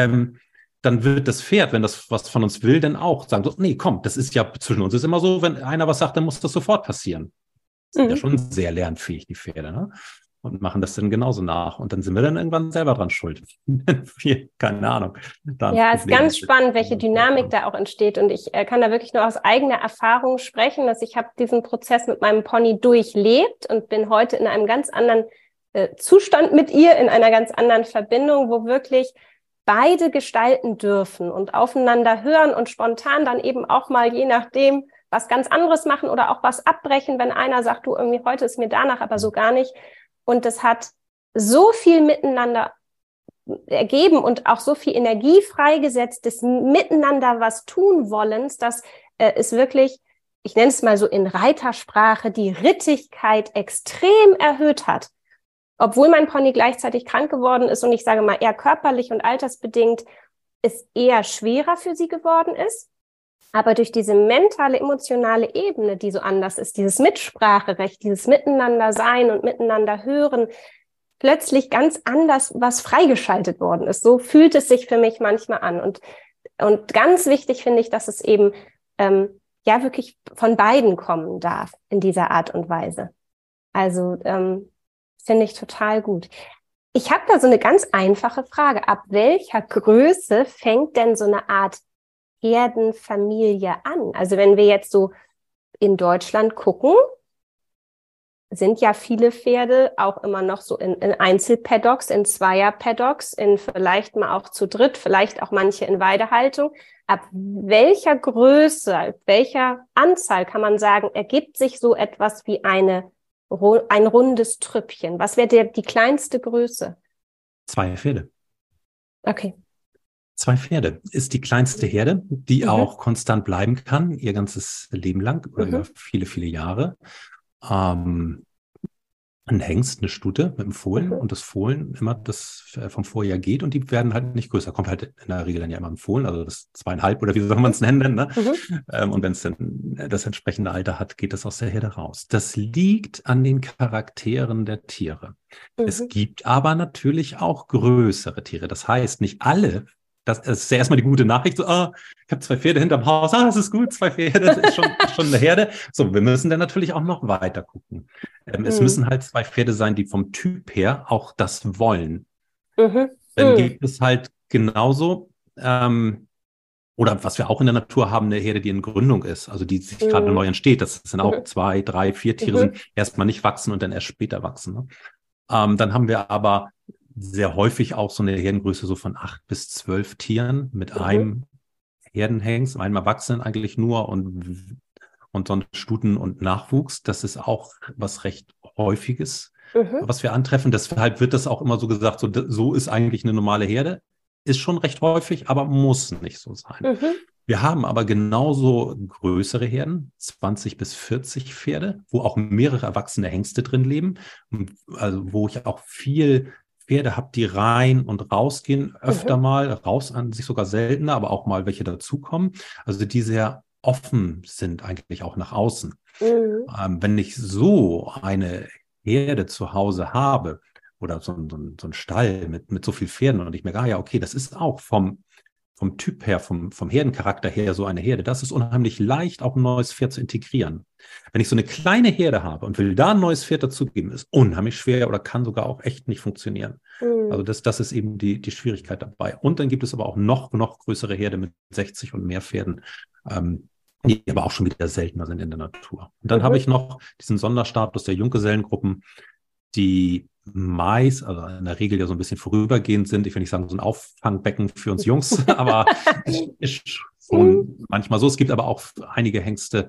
dann wird das Pferd, wenn das was von uns will, dann auch sagen, so, nee, komm, das ist ja zwischen uns ist immer so, wenn einer was sagt, dann muss das sofort passieren. Sind ja Mhm. schon sehr lernfähig, die Pferde, ne? Und machen das dann genauso nach. Und dann sind wir dann irgendwann selber dran schuld. Wenn wir, keine Ahnung, da ein Ja, ist Problem ganz mit spannend, welche unserem Pferd Dynamik haben. da auch entsteht. Und ich kann da wirklich nur aus eigener Erfahrung sprechen, dass ich habe diesen Prozess mit meinem Pony durchlebt und bin heute in einem ganz anderen Zustand mit ihr, in einer ganz anderen Verbindung, wo wirklich beide gestalten dürfen und aufeinander hören und spontan dann eben auch mal je nachdem was ganz anderes machen oder auch was abbrechen, wenn einer sagt, du, irgendwie heute ist mir danach, aber so gar nicht. Und das hat so viel miteinander ergeben und auch so viel Energie freigesetzt des Miteinander was tun wollens, dass es wirklich, ich nenne es mal so in Reitersprache, die Rittigkeit extrem erhöht hat. Obwohl mein Pony gleichzeitig krank geworden ist und ich sage mal eher körperlich und altersbedingt es eher schwerer für sie geworden ist. Aber durch diese mentale, emotionale Ebene, die so anders ist, dieses Mitspracherecht, dieses Miteinander sein und miteinander hören, plötzlich ganz anders was freigeschaltet worden ist. So fühlt es sich für mich manchmal an. Und ganz wichtig finde ich, dass es eben ja wirklich von beiden kommen darf in dieser Art und Weise. Also finde ich total gut. Ich habe da so eine ganz einfache Frage. Ab welcher Größe fängt denn so eine Art Herdenfamilie an? Also wenn wir jetzt so in Deutschland gucken, sind ja viele Pferde auch immer noch so in Einzelpaddocks, in Zweierpaddocks, in vielleicht mal auch zu dritt, vielleicht auch manche in Weidehaltung. Ab welcher Größe, ab welcher Anzahl kann man sagen, ergibt sich so etwas wie ein rundes Trüppchen? Was wäre die kleinste Größe? 2 Pferde. Okay. 2 Pferde ist die kleinste Herde, die Mhm. auch konstant bleiben kann, ihr ganzes Leben lang oder über Mhm. viele Jahre. Ähm, Ein Hengst, eine Stute mit einem Fohlen und das Fohlen immer das vom Vorjahr geht und die werden halt nicht größer. Kommt halt in der Regel dann ja immer ein Fohlen, also das 2,5 oder wie soll man es nennen, ne? Mhm. Und wenn es dann das entsprechende Alter hat, geht es aus der Herde raus. Das liegt an den Charakteren der Tiere. Es Mhm. gibt aber natürlich auch größere Tiere. Das heißt, nicht alle, das ist ja erstmal die gute Nachricht, so, ich habe 2 Pferde hinterm Haus, das ist gut, 2 Pferde, das ist schon eine Herde. So, wir müssen dann natürlich auch noch weiter gucken. Es Mhm. müssen halt 2 Pferde sein, die vom Typ her auch das wollen. Mhm. Dann gibt es halt genauso, oder was wir auch in der Natur haben, eine Herde, die in Gründung ist, also die sich gerade Mhm. neu entsteht. Das sind auch Mhm. 2, 3, 4 Tiere, Mhm. sind erstmal nicht wachsen und dann erst später wachsen. Ne? Dann haben wir aber sehr häufig auch so eine Herdengröße so von 8 bis 12 Tieren mit Mhm. einem Herdenhengst, einem Erwachsenen eigentlich nur und sonst Stuten und Nachwuchs. Das ist auch was recht Häufiges, Mhm. was wir antreffen. Deshalb wird das auch immer so gesagt, so ist eigentlich eine normale Herde. Ist schon recht häufig, aber muss nicht so sein. Mhm. Wir haben aber genauso größere Herden, 20 bis 40 Pferde, wo auch mehrere erwachsene Hengste drin leben. Also wo ich auch viel Pferde habe, die rein und rausgehen, öfter Mhm. mal, raus an sich sogar seltener, aber auch mal welche dazukommen. Also die sehr offen sind eigentlich auch nach außen. Mhm. Wenn ich so eine Herde zu Hause habe oder so ein Stall mit so viel Pferden und ich merke, ja, okay, das ist auch vom Typ her, vom Herdencharakter her so eine Herde, das ist unheimlich leicht, auch ein neues Pferd zu integrieren. Wenn ich so eine kleine Herde habe und will da ein neues Pferd dazugeben, ist unheimlich schwer oder kann sogar auch echt nicht funktionieren. Also Mhm. das ist eben die Schwierigkeit dabei. Und dann gibt es aber auch noch größere Herde mit 60 und mehr Pferden, die aber auch schon wieder seltener sind in der Natur. Und dann habe Mhm. ich noch diesen Sonderstatus der Junggesellengruppen, die meist, also in der Regel ja so ein bisschen vorübergehend sind. Ich will nicht sagen, so ein Auffangbecken für uns Jungs, aber es ist Mhm. schon manchmal so. Es gibt aber auch einige Hengste,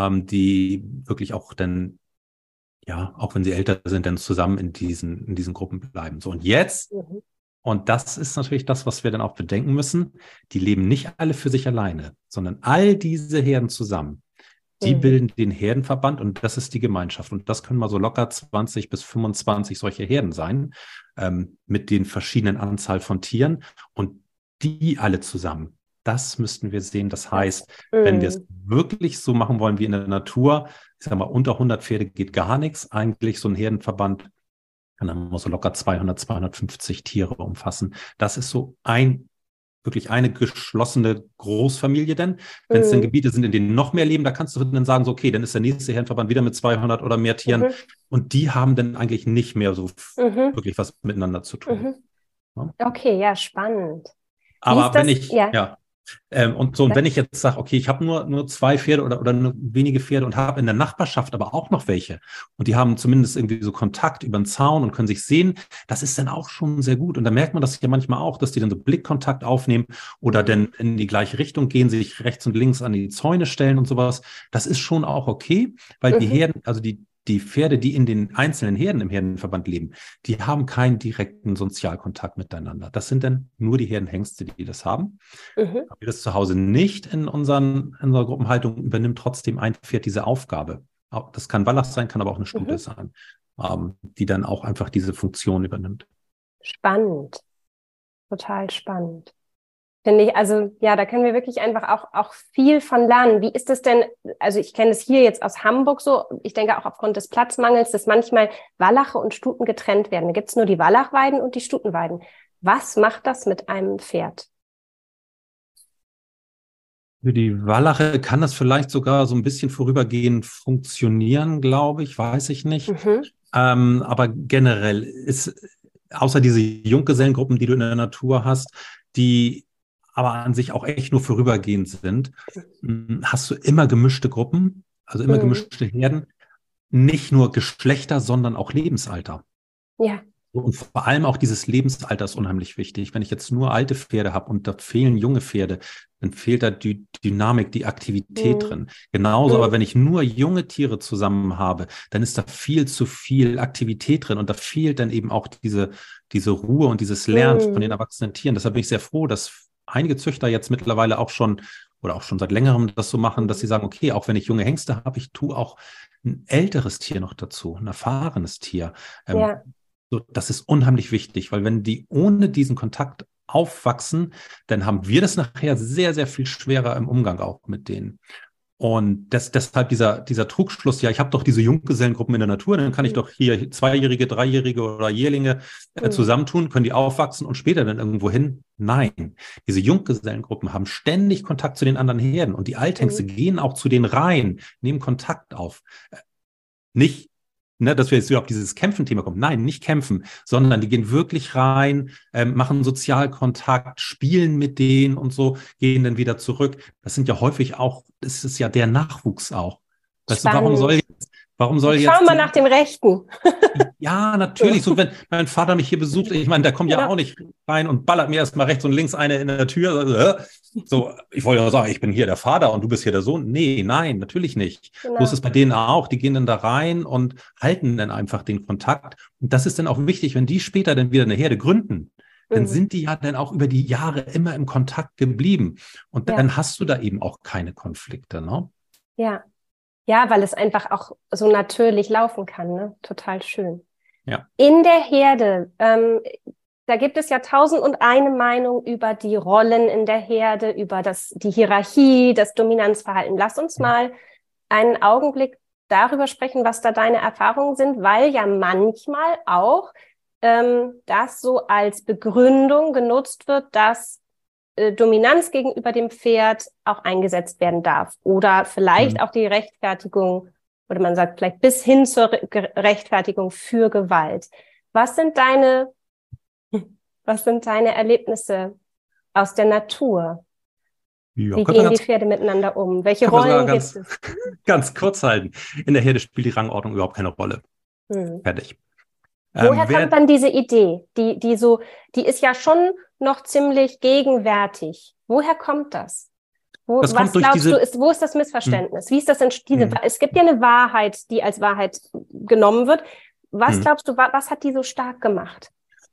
die wirklich auch dann, ja, auch wenn sie älter sind, dann zusammen in diesen Gruppen bleiben. So, und jetzt, Mhm. und das ist natürlich das, was wir dann auch bedenken müssen, die leben nicht alle für sich alleine, sondern all diese Herden zusammen. Die Mhm. bilden den Herdenverband und das ist die Gemeinschaft. Und das können mal so locker 20 bis 25 solche Herden sein, mit den verschiedenen Anzahl von Tieren und die alle zusammen. Das müssten wir sehen. Das Das. heißt, wenn wir es Mhm. wirklich so machen wollen wie in der Natur, ich sage mal, unter 100 Pferde geht gar nichts. Eigentlich so ein Herdenverband kann dann mal so locker 200, 250 Tiere umfassen. Das ist so wirklich eine geschlossene Großfamilie denn. Wenn es dann Mhm. Gebiete sind, in denen noch mehr leben, da kannst du dann sagen, so, okay, dann ist der nächste Herrenverband wieder mit 200 oder mehr Tieren. Mhm. Und die haben dann eigentlich nicht mehr so Mhm. wirklich was miteinander zu tun. Mhm. Ja? Okay, ja, spannend. Wie ist Aber wenn das? ich, Ja. ja, und wenn ich jetzt sage, okay, ich habe nur 2 Pferde oder nur wenige Pferde und habe in der Nachbarschaft aber auch noch welche und die haben zumindest irgendwie so Kontakt über den Zaun und können sich sehen, das ist dann auch schon sehr gut. Und da merkt man das ja manchmal auch, dass die dann so Blickkontakt aufnehmen oder Mhm. dann in die gleiche Richtung gehen, sich rechts und links an die Zäune stellen und sowas. Das ist schon auch okay, weil die Mhm. Herden, also die Pferde, die in den einzelnen Herden im Herdenverband leben, die haben keinen direkten Sozialkontakt miteinander. Das sind dann nur die Herdenhengste, die das haben. Mhm. Haben wir das zu Hause nicht in unserer Gruppenhaltung, übernimmt trotzdem ein Pferd diese Aufgabe. Das kann Wallach sein, kann aber auch eine Stute Mhm. sein, die dann auch einfach diese Funktion übernimmt. Spannend. Total spannend. Finde ich, also ja, da können wir wirklich einfach auch viel von lernen. Wie ist es denn, also ich kenne es hier jetzt aus Hamburg so, ich denke auch aufgrund des Platzmangels, dass manchmal Wallache und Stuten getrennt werden. Da gibt es nur die Wallachweiden und die Stutenweiden. Was macht das mit einem Pferd? Für die Wallache kann das vielleicht sogar so ein bisschen vorübergehend funktionieren, glaube ich, weiß ich nicht. Mhm. Aber generell ist, außer diese Junggesellengruppen, die du in der Natur hast, die aber an sich auch echt nur vorübergehend sind, hast du immer gemischte Gruppen, also immer Mhm. gemischte Herden, nicht nur Geschlechter, sondern auch Lebensalter. Ja. Und vor allem auch dieses Lebensalter ist unheimlich wichtig. Wenn ich jetzt nur alte Pferde habe und da fehlen junge Pferde, dann fehlt da die Dynamik, die Aktivität Mhm. drin. Genauso, aber Mhm. wenn ich nur junge Tiere zusammen habe, dann ist da viel zu viel Aktivität drin und da fehlt dann eben auch diese Ruhe und dieses Lernen von den Mhm. erwachsenen Tieren. Deshalb bin ich sehr froh, dass einige Züchter jetzt mittlerweile auch schon oder auch schon seit längerem das so machen, dass sie sagen, okay, auch wenn ich junge Hengste habe, ich tue auch ein älteres Tier noch dazu, ein erfahrenes Tier. Ja, So, das ist unheimlich wichtig, weil wenn die ohne diesen Kontakt aufwachsen, dann haben wir das nachher sehr, sehr viel schwerer im Umgang auch mit denen. Und deshalb dieser Trugschluss, ja, ich habe doch diese Junggesellengruppen in der Natur, dann kann ich doch hier Zweijährige, Dreijährige oder Jährlinge zusammentun, können die aufwachsen und später dann irgendwo hin. Nein, diese Junggesellengruppen haben ständig Kontakt zu den anderen Herden und die Althengste gehen auch zu denen rein, nehmen Kontakt auf. Nicht, ne, dass wir jetzt überhaupt dieses Kämpfen-Thema kommen. Nein, nicht kämpfen, sondern die gehen wirklich rein, machen Sozialkontakt, spielen mit denen und so, gehen dann wieder zurück. Das sind ja häufig auch, das ist ja der Nachwuchs auch. Weißt du, warum soll ich jetzt schau mal nach dem Rechten. ja, natürlich. So, wenn mein Vater mich hier besucht, ich meine, der kommt ja auch nicht rein und ballert mir erstmal rechts und links eine in der Tür. So, ich wollte ja sagen, ich bin hier der Vater und du bist hier der Sohn. Nee, nein, natürlich nicht. Genau. So ist es bei denen auch. Die gehen dann da rein und halten dann einfach den Kontakt. Und das ist dann auch wichtig, wenn die später dann wieder eine Herde gründen, dann sind die ja dann auch über die Jahre immer im Kontakt geblieben. Und dann hast du da eben auch keine Konflikte, ne? Ja. Ja, weil es einfach auch so natürlich laufen kann, ne? Total schön. Ja. In der Herde, da gibt es ja 1001 Meinung über die Rollen in der Herde, über die Hierarchie, das Dominanzverhalten. Lass uns mal einen Augenblick darüber sprechen, was da deine Erfahrungen sind, weil ja manchmal auch das so als Begründung genutzt wird, dass Dominanz gegenüber dem Pferd auch eingesetzt werden darf. Oder vielleicht auch die Rechtfertigung, oder man sagt vielleicht bis hin zur Rechtfertigung für Gewalt. Was sind deine Erlebnisse aus der Natur? Ja, wie gehen die Pferde miteinander um? Welche Rollen gibt es? Ganz kurz halten. In der Herde spielt die Rangordnung überhaupt keine Rolle. Fertig. Woher kommt dann diese Idee? Die ist ja schon noch ziemlich gegenwärtig. Woher kommt das? Wo ist das Missverständnis? Wie ist das es gibt ja eine Wahrheit, die als Wahrheit genommen wird. Was glaubst du, was hat die so stark gemacht?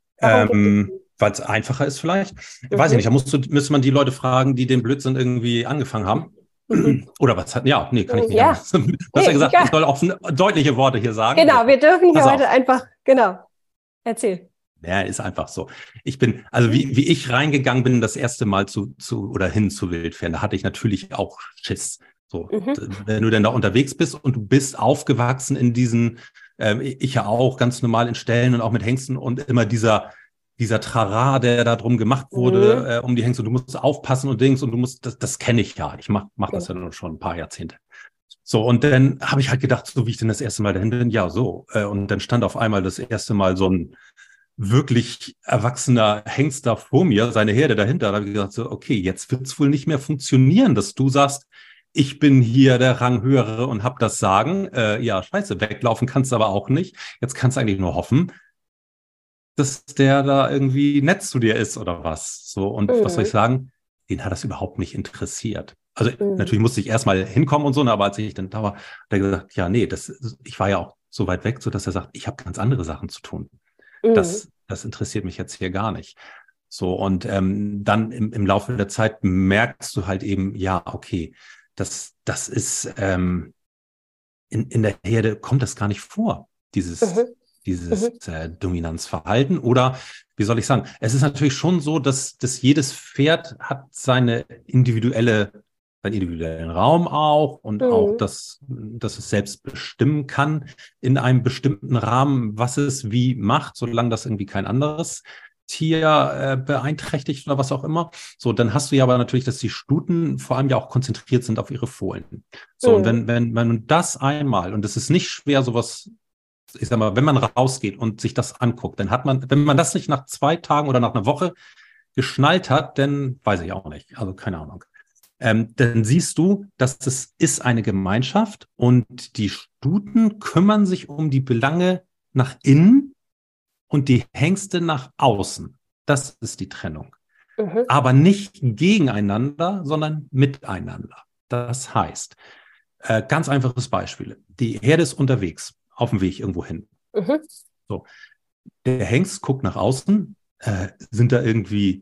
Weil es einfacher ist vielleicht. Weiß ich nicht, da müsste man die Leute fragen, die den Blödsinn irgendwie angefangen haben. Oder was hat, kann ich nicht. Ja. Du hast ja gesagt, ich soll auch deutliche Worte hier sagen. Genau, wir dürfen hier heute einfach, erzähl. Ja, ist einfach so. Wie ich reingegangen bin, das erste Mal hin zu Wildpferden, da hatte ich natürlich auch Schiss. So, wenn du denn da unterwegs bist und du bist aufgewachsen in diesen, ich ja auch, ganz normal in Ställen und auch mit Hengsten und immer dieser Trara, der da drum gemacht wurde, um die Hengste, du musst aufpassen und Dings und du musst, das kenne ich ja. Ich mach das ja nun schon ein paar Jahrzehnte. So, und dann habe ich halt gedacht, so wie ich denn das erste Mal dahin bin, ja, so. Und dann stand auf einmal das erste Mal so ein wirklich erwachsener Hengst da vor mir, seine Herde dahinter. Da habe ich gesagt, so, okay, jetzt wird es wohl nicht mehr funktionieren, dass du sagst, ich bin hier der Ranghöhere und hab das Sagen. Ja, scheiße, weglaufen kannst du aber auch nicht. Jetzt kannst du eigentlich nur hoffen, dass der da irgendwie nett zu dir ist oder was. So, und was soll ich sagen? Den hat das überhaupt nicht interessiert. Also natürlich musste ich erstmal hinkommen und so, aber als ich dann da war, hat er gesagt, ja, nee, ich war ja auch so weit weg, so dass er sagt, ich habe ganz andere Sachen zu tun. Das interessiert mich jetzt hier gar nicht. So, und dann im Laufe der Zeit merkst du halt eben, ja, okay, das ist in der Herde kommt das gar nicht vor, dieses Dominanzverhalten. Oder wie soll ich sagen, es ist natürlich schon so, dass jedes Pferd hat seinen individuellen Raum auch und auch, dass es selbst bestimmen kann in einem bestimmten Rahmen, was es wie macht, solange das irgendwie kein anderes Tier beeinträchtigt oder was auch immer. So, dann hast du ja aber natürlich, dass die Stuten vor allem ja auch konzentriert sind auf ihre Fohlen. So, und wenn man das einmal, und es ist nicht schwer, sowas, ich sag mal, wenn man rausgeht und sich das anguckt, dann hat man, wenn man das nicht nach 2 Tagen oder nach einer Woche geschnallt hat, dann weiß ich auch nicht. Also keine Ahnung. Dann siehst du, dass es ist eine Gemeinschaft und die Stuten kümmern sich um die Belange nach innen und die Hengste nach außen. Das ist die Trennung. Aber nicht gegeneinander, sondern miteinander. Das heißt, ganz einfaches Beispiel. Die Herde ist unterwegs, auf dem Weg irgendwo hin. So. Der Hengst guckt nach außen. Sind da irgendwie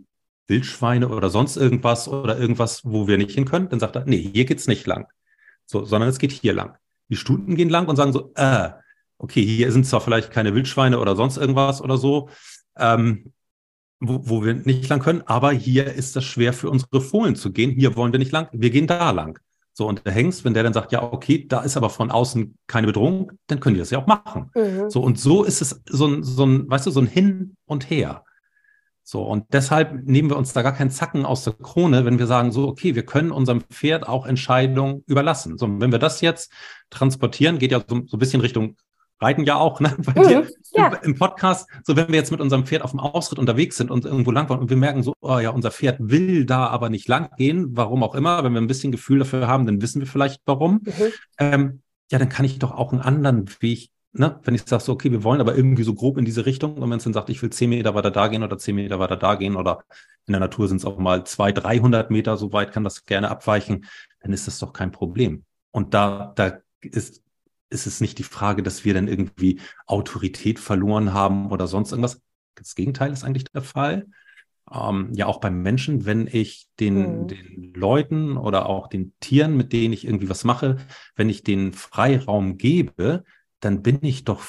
Wildschweine oder sonst irgendwas, wo wir nicht hin können, dann sagt er, nee, hier geht's nicht lang. So, sondern es geht hier lang. Die Stuten gehen lang und sagen so, okay, hier sind zwar vielleicht keine Wildschweine oder sonst irgendwas oder so, wo wir nicht lang können, aber hier ist das schwer für unsere Fohlen zu gehen. Hier wollen wir nicht lang, wir gehen da lang. So, und der Hengst, wenn der dann sagt, ja, okay, da ist aber von außen keine Bedrohung, dann können die das ja auch machen. So, und so ist es weißt du, so ein Hin und Her. So, und deshalb nehmen wir uns da gar keinen Zacken aus der Krone, wenn wir sagen, so, okay, wir können unserem Pferd auch Entscheidungen überlassen. So, und wenn wir das jetzt transportieren, geht ja so ein bisschen Richtung Reiten ja auch, ne? Bei dir im Podcast, so wenn wir jetzt mit unserem Pferd auf dem Ausritt unterwegs sind und irgendwo lang wollen und wir merken so, oh ja, unser Pferd will da aber nicht lang gehen, warum auch immer, wenn wir ein bisschen Gefühl dafür haben, dann wissen wir vielleicht warum. Ja, dann kann ich doch auch einen anderen Weg, ne? Wenn ich sage so, okay, wir wollen aber irgendwie so grob in diese Richtung und wenn es dann sagt, ich will 10 Meter weiter da gehen oder 10 Meter weiter da gehen oder in der Natur sind es auch mal 200, 300 Meter, so weit kann das gerne abweichen, dann ist das doch kein Problem. Und da ist es nicht die Frage, dass wir dann irgendwie Autorität verloren haben oder sonst irgendwas. Das Gegenteil ist eigentlich der Fall. Ja, auch beim Menschen, wenn ich den Leuten oder auch den Tieren, mit denen ich irgendwie was mache, wenn ich den Freiraum gebe, dann bin ich doch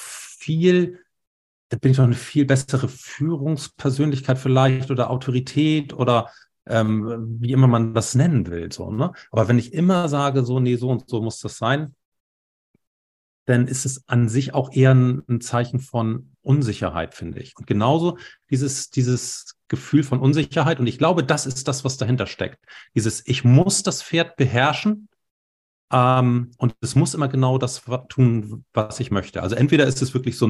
eine viel bessere Führungspersönlichkeit vielleicht oder Autorität oder wie immer man das nennen will. So, ne? Aber wenn ich immer sage, so, nee, so und so muss das sein, dann ist es an sich auch eher ein Zeichen von Unsicherheit, finde ich. Und genauso dieses Gefühl von Unsicherheit. Und ich glaube, das ist das, was dahinter steckt. Ich muss das Pferd beherrschen, und es muss immer genau das tun, was ich möchte. Also entweder ist es wirklich so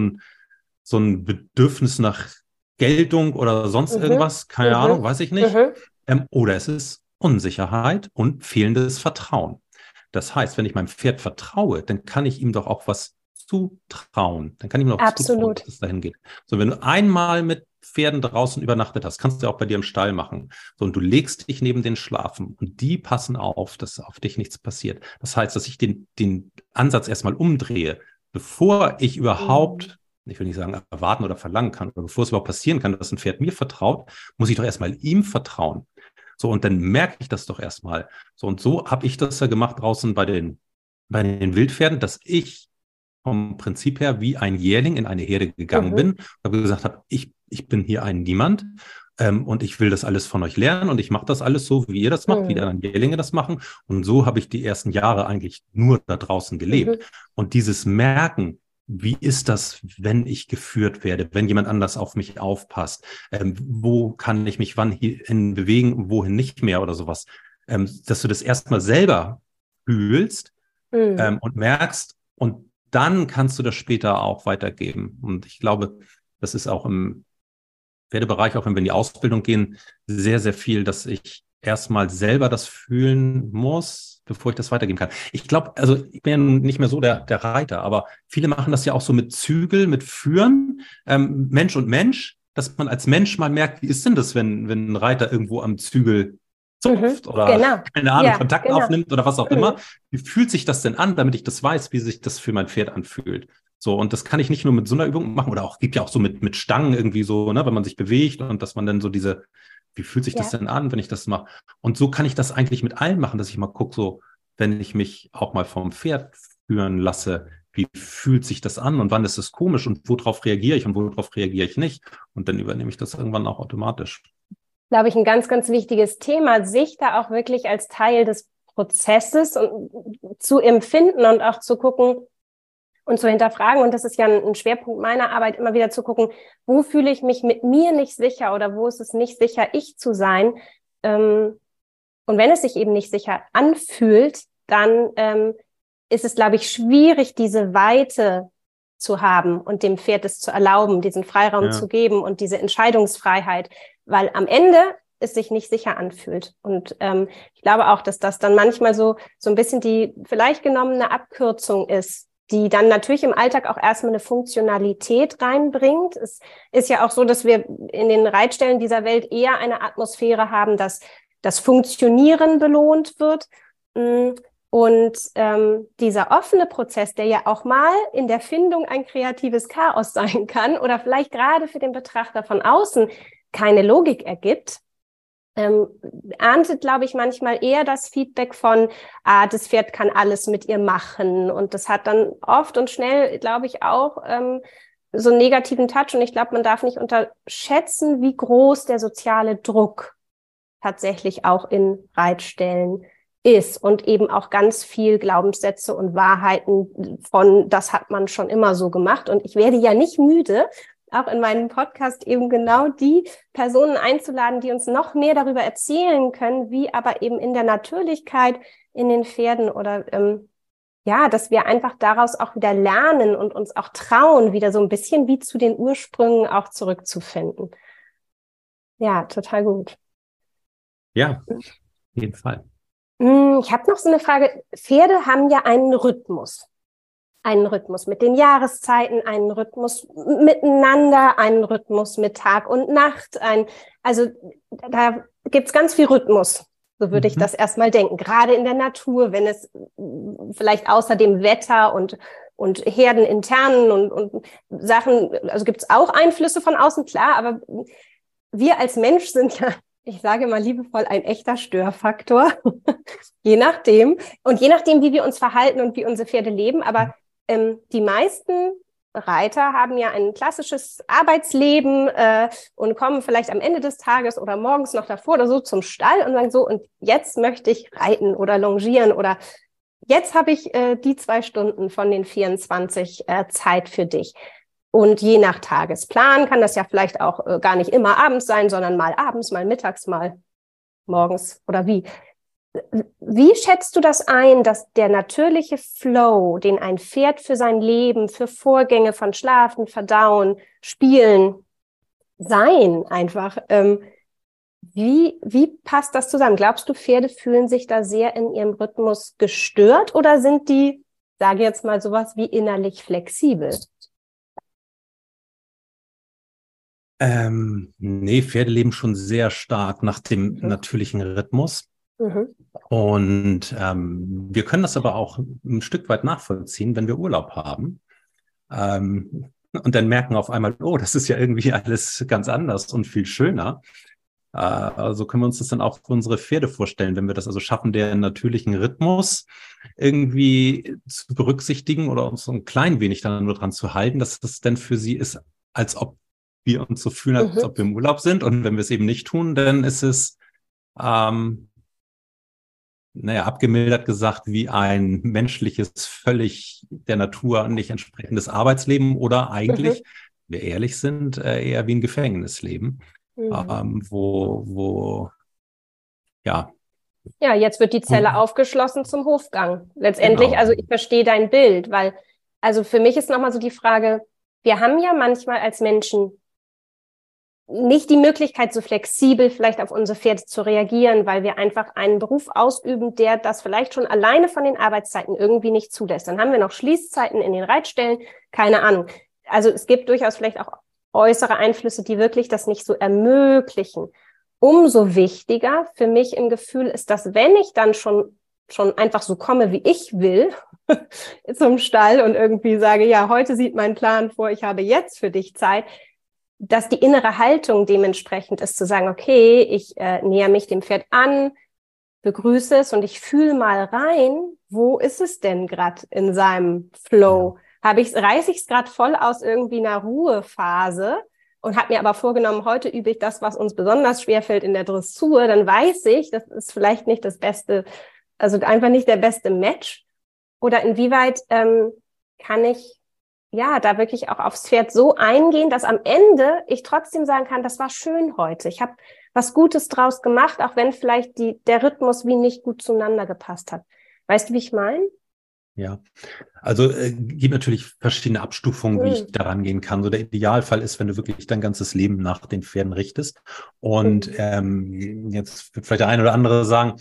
ein Bedürfnis nach Geltung oder sonst irgendwas, keine Ahnung, weiß ich nicht. Oder es ist Unsicherheit und fehlendes Vertrauen. Das heißt, wenn ich meinem Pferd vertraue, dann kann ich ihm doch auch was zutrauen. Dann kann ich ihm auch zutrauen, dass es dahin geht. So, wenn du einmal mit Pferden draußen übernachtet hast, kannst du ja auch bei dir im Stall machen. So, und du legst dich neben den Schlafen und die passen auf, dass auf dich nichts passiert. Das heißt, dass ich den Ansatz erstmal umdrehe, bevor ich überhaupt, ich will nicht sagen erwarten oder verlangen kann, aber bevor es überhaupt passieren kann, dass ein Pferd mir vertraut, muss ich doch erstmal ihm vertrauen. So, und dann merke ich das doch erstmal. So, und so habe ich das ja gemacht draußen bei den Wildpferden, dass ich vom Prinzip her wie ein Jährling in eine Herde gegangen bin und habe gesagt habe, ich bin hier ein Niemand und ich will das alles von euch lernen und ich mache das alles so, wie ihr das macht, wie die anderen Jährlinge das machen. Und so habe ich die ersten Jahre eigentlich nur da draußen gelebt. Und dieses Merken, wie ist das, wenn ich geführt werde, wenn jemand anders auf mich aufpasst? Wo kann ich mich wann hin bewegen, wohin nicht mehr oder sowas? Dass du das erstmal selber fühlst und merkst und dann kannst du das später auch weitergeben. Und ich glaube, das ist auch im Pferdebereich, auch wenn wir in die Ausbildung gehen, sehr, sehr viel, dass ich erstmal selber das fühlen muss, bevor ich das weitergeben kann. Ich glaube, also ich bin ja nicht mehr so der Reiter, aber viele machen das ja auch so mit Zügel, mit Führen, Mensch und Mensch, dass man als Mensch mal merkt, wie ist denn das, wenn ein Reiter irgendwo am Zügel zupft oder keine Ahnung, Kontakt aufnimmt oder was auch immer. Wie fühlt sich das denn an, damit ich das weiß, wie sich das für mein Pferd anfühlt? So, und das kann ich nicht nur mit so einer Übung machen oder auch, gibt ja auch so mit Stangen irgendwie so, ne, wenn man sich bewegt und dass man dann so wie fühlt sich das denn an, wenn ich das mache? Und so kann ich das eigentlich mit allen machen, dass ich mal gucke, so, wenn ich mich auch mal vom Pferd führen lasse, wie fühlt sich das an und wann ist es komisch und worauf reagiere ich und worauf reagiere ich nicht? Und dann übernehme ich das irgendwann auch automatisch. Glaube ich, ein ganz, ganz wichtiges Thema, sich da auch wirklich als Teil des Prozesses zu empfinden und auch zu gucken und zu hinterfragen. Und das ist ja ein Schwerpunkt meiner Arbeit, immer wieder zu gucken, wo fühle ich mich mit mir nicht sicher oder wo ist es nicht sicher, ich zu sein. Und wenn es sich eben nicht sicher anfühlt, dann ist es, glaube ich, schwierig, diese Weite zu haben und dem Pferd es zu erlauben, diesen Freiraum zu geben und diese Entscheidungsfreiheit, weil am Ende es sich nicht sicher anfühlt. Und ich glaube auch, dass das dann manchmal so ein bisschen die vielleicht genommene Abkürzung ist, die dann natürlich im Alltag auch erstmal eine Funktionalität reinbringt. Es ist ja auch so, dass wir in den Reitstellen dieser Welt eher eine Atmosphäre haben, dass das Funktionieren belohnt wird. Und dieser offene Prozess, der ja auch mal in der Findung ein kreatives Chaos sein kann oder vielleicht gerade für den Betrachter von außen keine Logik ergibt, erntet, glaube ich, manchmal eher das Feedback von, das Pferd kann alles mit ihr machen. Und das hat dann oft und schnell, glaube ich, auch so einen negativen Touch. Und ich glaube, man darf nicht unterschätzen, wie groß der soziale Druck tatsächlich auch in Reitstellen ist und eben auch ganz viel Glaubenssätze und Wahrheiten von, das hat man schon immer so gemacht. Und ich werde ja nicht müde, auch in meinem Podcast eben genau die Personen einzuladen, die uns noch mehr darüber erzählen können, wie aber eben in der Natürlichkeit in den Pferden oder dass wir einfach daraus auch wieder lernen und uns auch trauen, wieder so ein bisschen wie zu den Ursprüngen auch zurückzufinden. Ja, total gut. Ja, auf jeden Fall. Ich habe noch so eine Frage. Pferde haben ja einen Rhythmus. Einen Rhythmus mit den Jahreszeiten, einen Rhythmus miteinander, einen Rhythmus mit Tag und Nacht. Also da gibt's ganz viel Rhythmus, so würde ich das erstmal denken. Gerade in der Natur, wenn es vielleicht außer dem Wetter und herdeninternen und Sachen, also gibt's auch Einflüsse von außen, klar, aber wir als Mensch sind ja, ich sage mal liebevoll, ein echter Störfaktor, je nachdem. Und je nachdem, wie wir uns verhalten und wie unsere Pferde leben. Aber die meisten Reiter haben ja ein klassisches Arbeitsleben und kommen vielleicht am Ende des Tages oder morgens noch davor oder so zum Stall und sagen so, und jetzt möchte ich reiten oder longieren oder jetzt habe ich die 2 Stunden von den 24 Zeit für dich. Und je nach Tagesplan kann das ja vielleicht auch gar nicht immer abends sein, sondern mal abends, mal mittags, mal morgens oder wie. Wie schätzt du das ein, dass der natürliche Flow, den ein Pferd für sein Leben, für Vorgänge von Schlafen, Verdauen, Spielen, Sein einfach, wie passt das zusammen? Glaubst du, Pferde fühlen sich da sehr in ihrem Rhythmus gestört oder sind die, sage jetzt mal sowas wie innerlich flexibel? Nee, Pferde leben schon sehr stark nach dem natürlichen Rhythmus. Und wir können das aber auch ein Stück weit nachvollziehen, wenn wir Urlaub haben. Und dann merken auf einmal, oh, das ist ja irgendwie alles ganz anders und viel schöner. Also können wir uns das dann auch für unsere Pferde vorstellen, wenn wir das also schaffen, den natürlichen Rhythmus irgendwie zu berücksichtigen oder uns so ein klein wenig dann nur dran zu halten, dass das dann für sie ist, als ob wir uns so fühlen, als ob wir im Urlaub sind. Und wenn wir es eben nicht tun, dann ist es abgemildert gesagt, wie ein menschliches, völlig der Natur nicht entsprechendes Arbeitsleben oder eigentlich, wenn wir ehrlich sind, eher wie ein Gefängnisleben, wo ja. Ja, jetzt wird die Zelle aufgeschlossen zum Hofgang. Letztendlich, genau. Also ich verstehe dein Bild, weil, also für mich ist nochmal so die Frage, wir haben ja manchmal als Menschen nicht die Möglichkeit, so flexibel vielleicht auf unsere Pferde zu reagieren, weil wir einfach einen Beruf ausüben, der das vielleicht schon alleine von den Arbeitszeiten irgendwie nicht zulässt. Dann haben wir noch Schließzeiten in den Reitstellen, keine Ahnung. Also es gibt durchaus vielleicht auch äußere Einflüsse, die wirklich das nicht so ermöglichen. Umso wichtiger für mich im Gefühl ist, dass wenn ich dann schon einfach so komme, wie ich will, zum Stall und irgendwie sage, ja, heute sieht mein Plan vor, ich habe jetzt für dich Zeit, dass die innere Haltung dementsprechend ist, zu sagen, okay, ich näher mich dem Pferd an, begrüße es und ich fühle mal rein, wo ist es denn gerade in seinem Flow? Ja. Reiße ich es gerade voll aus irgendwie einer Ruhephase und habe mir aber vorgenommen, heute übe ich das, was uns besonders schwerfällt in der Dressur, dann weiß ich, das ist vielleicht nicht das Beste, also einfach nicht der beste Match. Oder inwieweit kann ich da wirklich auch aufs Pferd so eingehen, dass am Ende ich trotzdem sagen kann, das war schön heute. Ich habe was Gutes draus gemacht, auch wenn vielleicht der Rhythmus wie nicht gut zueinander gepasst hat. Weißt du, wie ich meine? Ja, also gibt natürlich verschiedene Abstufungen, wie ich daran gehen kann. So der Idealfall ist, wenn du wirklich dein ganzes Leben nach den Pferden richtest. Und jetzt wird vielleicht der eine oder andere sagen,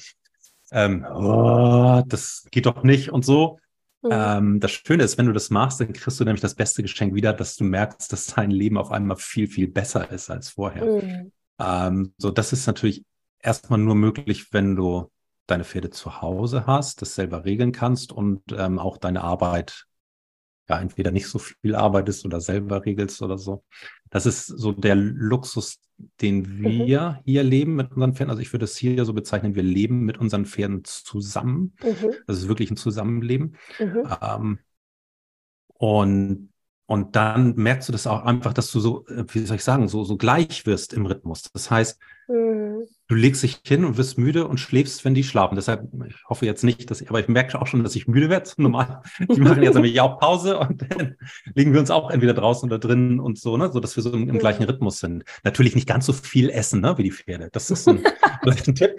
das geht doch nicht und so. Das Schöne ist, wenn du das machst, dann kriegst du nämlich das beste Geschenk wieder, dass du merkst, dass dein Leben auf einmal viel, viel besser ist als vorher. So, das ist natürlich erstmal nur möglich, wenn du deine Pferde zu Hause hast, das selber regeln kannst und auch deine Arbeit ja entweder nicht so viel arbeitest oder selber regelst oder so. Das ist so der Luxus, den wir hier leben mit unseren Pferden. Also ich würde es hier so bezeichnen, wir leben mit unseren Pferden zusammen. Das ist wirklich ein Zusammenleben. Ähm, und, und dann merkst du das auch einfach, dass du so, wie soll ich sagen, so gleich wirst im Rhythmus. Das heißt, du legst dich hin und wirst müde und schläfst, wenn die schlafen. Deshalb, ich hoffe jetzt nicht, aber ich merke auch schon, dass ich müde werde. Normal, die machen jetzt nämlich auch Pause und dann legen wir uns auch entweder draußen oder drinnen und so, ne, so dass wir so im gleichen Rhythmus sind. Natürlich nicht ganz so viel essen, ne, wie die Pferde. Das ist vielleicht ein Tipp.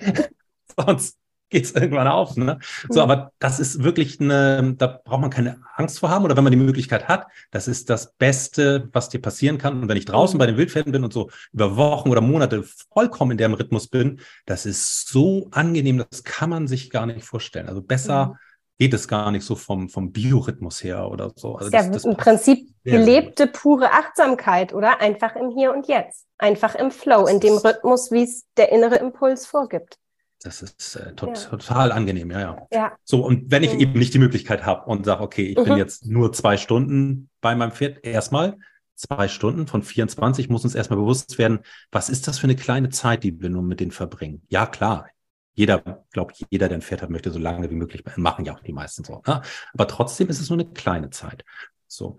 Sonst geht es irgendwann auf, ne? So, aber das ist wirklich da braucht man keine Angst vor haben oder wenn man die Möglichkeit hat, das ist das Beste, was dir passieren kann. Und wenn ich draußen bei den Wildpferden bin und so über Wochen oder Monate vollkommen in dem Rhythmus bin, das ist so angenehm, das kann man sich gar nicht vorstellen. Also besser geht es gar nicht so vom Biorhythmus her oder so. Also das ist ja im Prinzip gelebte, pure Achtsamkeit, oder? Einfach im Hier und Jetzt. Einfach im Flow, in dem Rhythmus, wie es der innere Impuls vorgibt. Das ist total angenehm, ja. So, und wenn ich Mhm. eben nicht die Möglichkeit habe und sage, okay, ich bin jetzt nur 2 Stunden bei meinem Pferd, erstmal 2 Stunden von 24, muss uns erstmal bewusst werden, was ist das für eine kleine Zeit, die wir nun mit denen verbringen? Ja, klar, jeder, der ein Pferd hat, möchte so lange wie möglich machen, ja auch die meisten so. Ne? Aber trotzdem ist es nur eine kleine Zeit. So,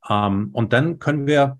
und dann können wir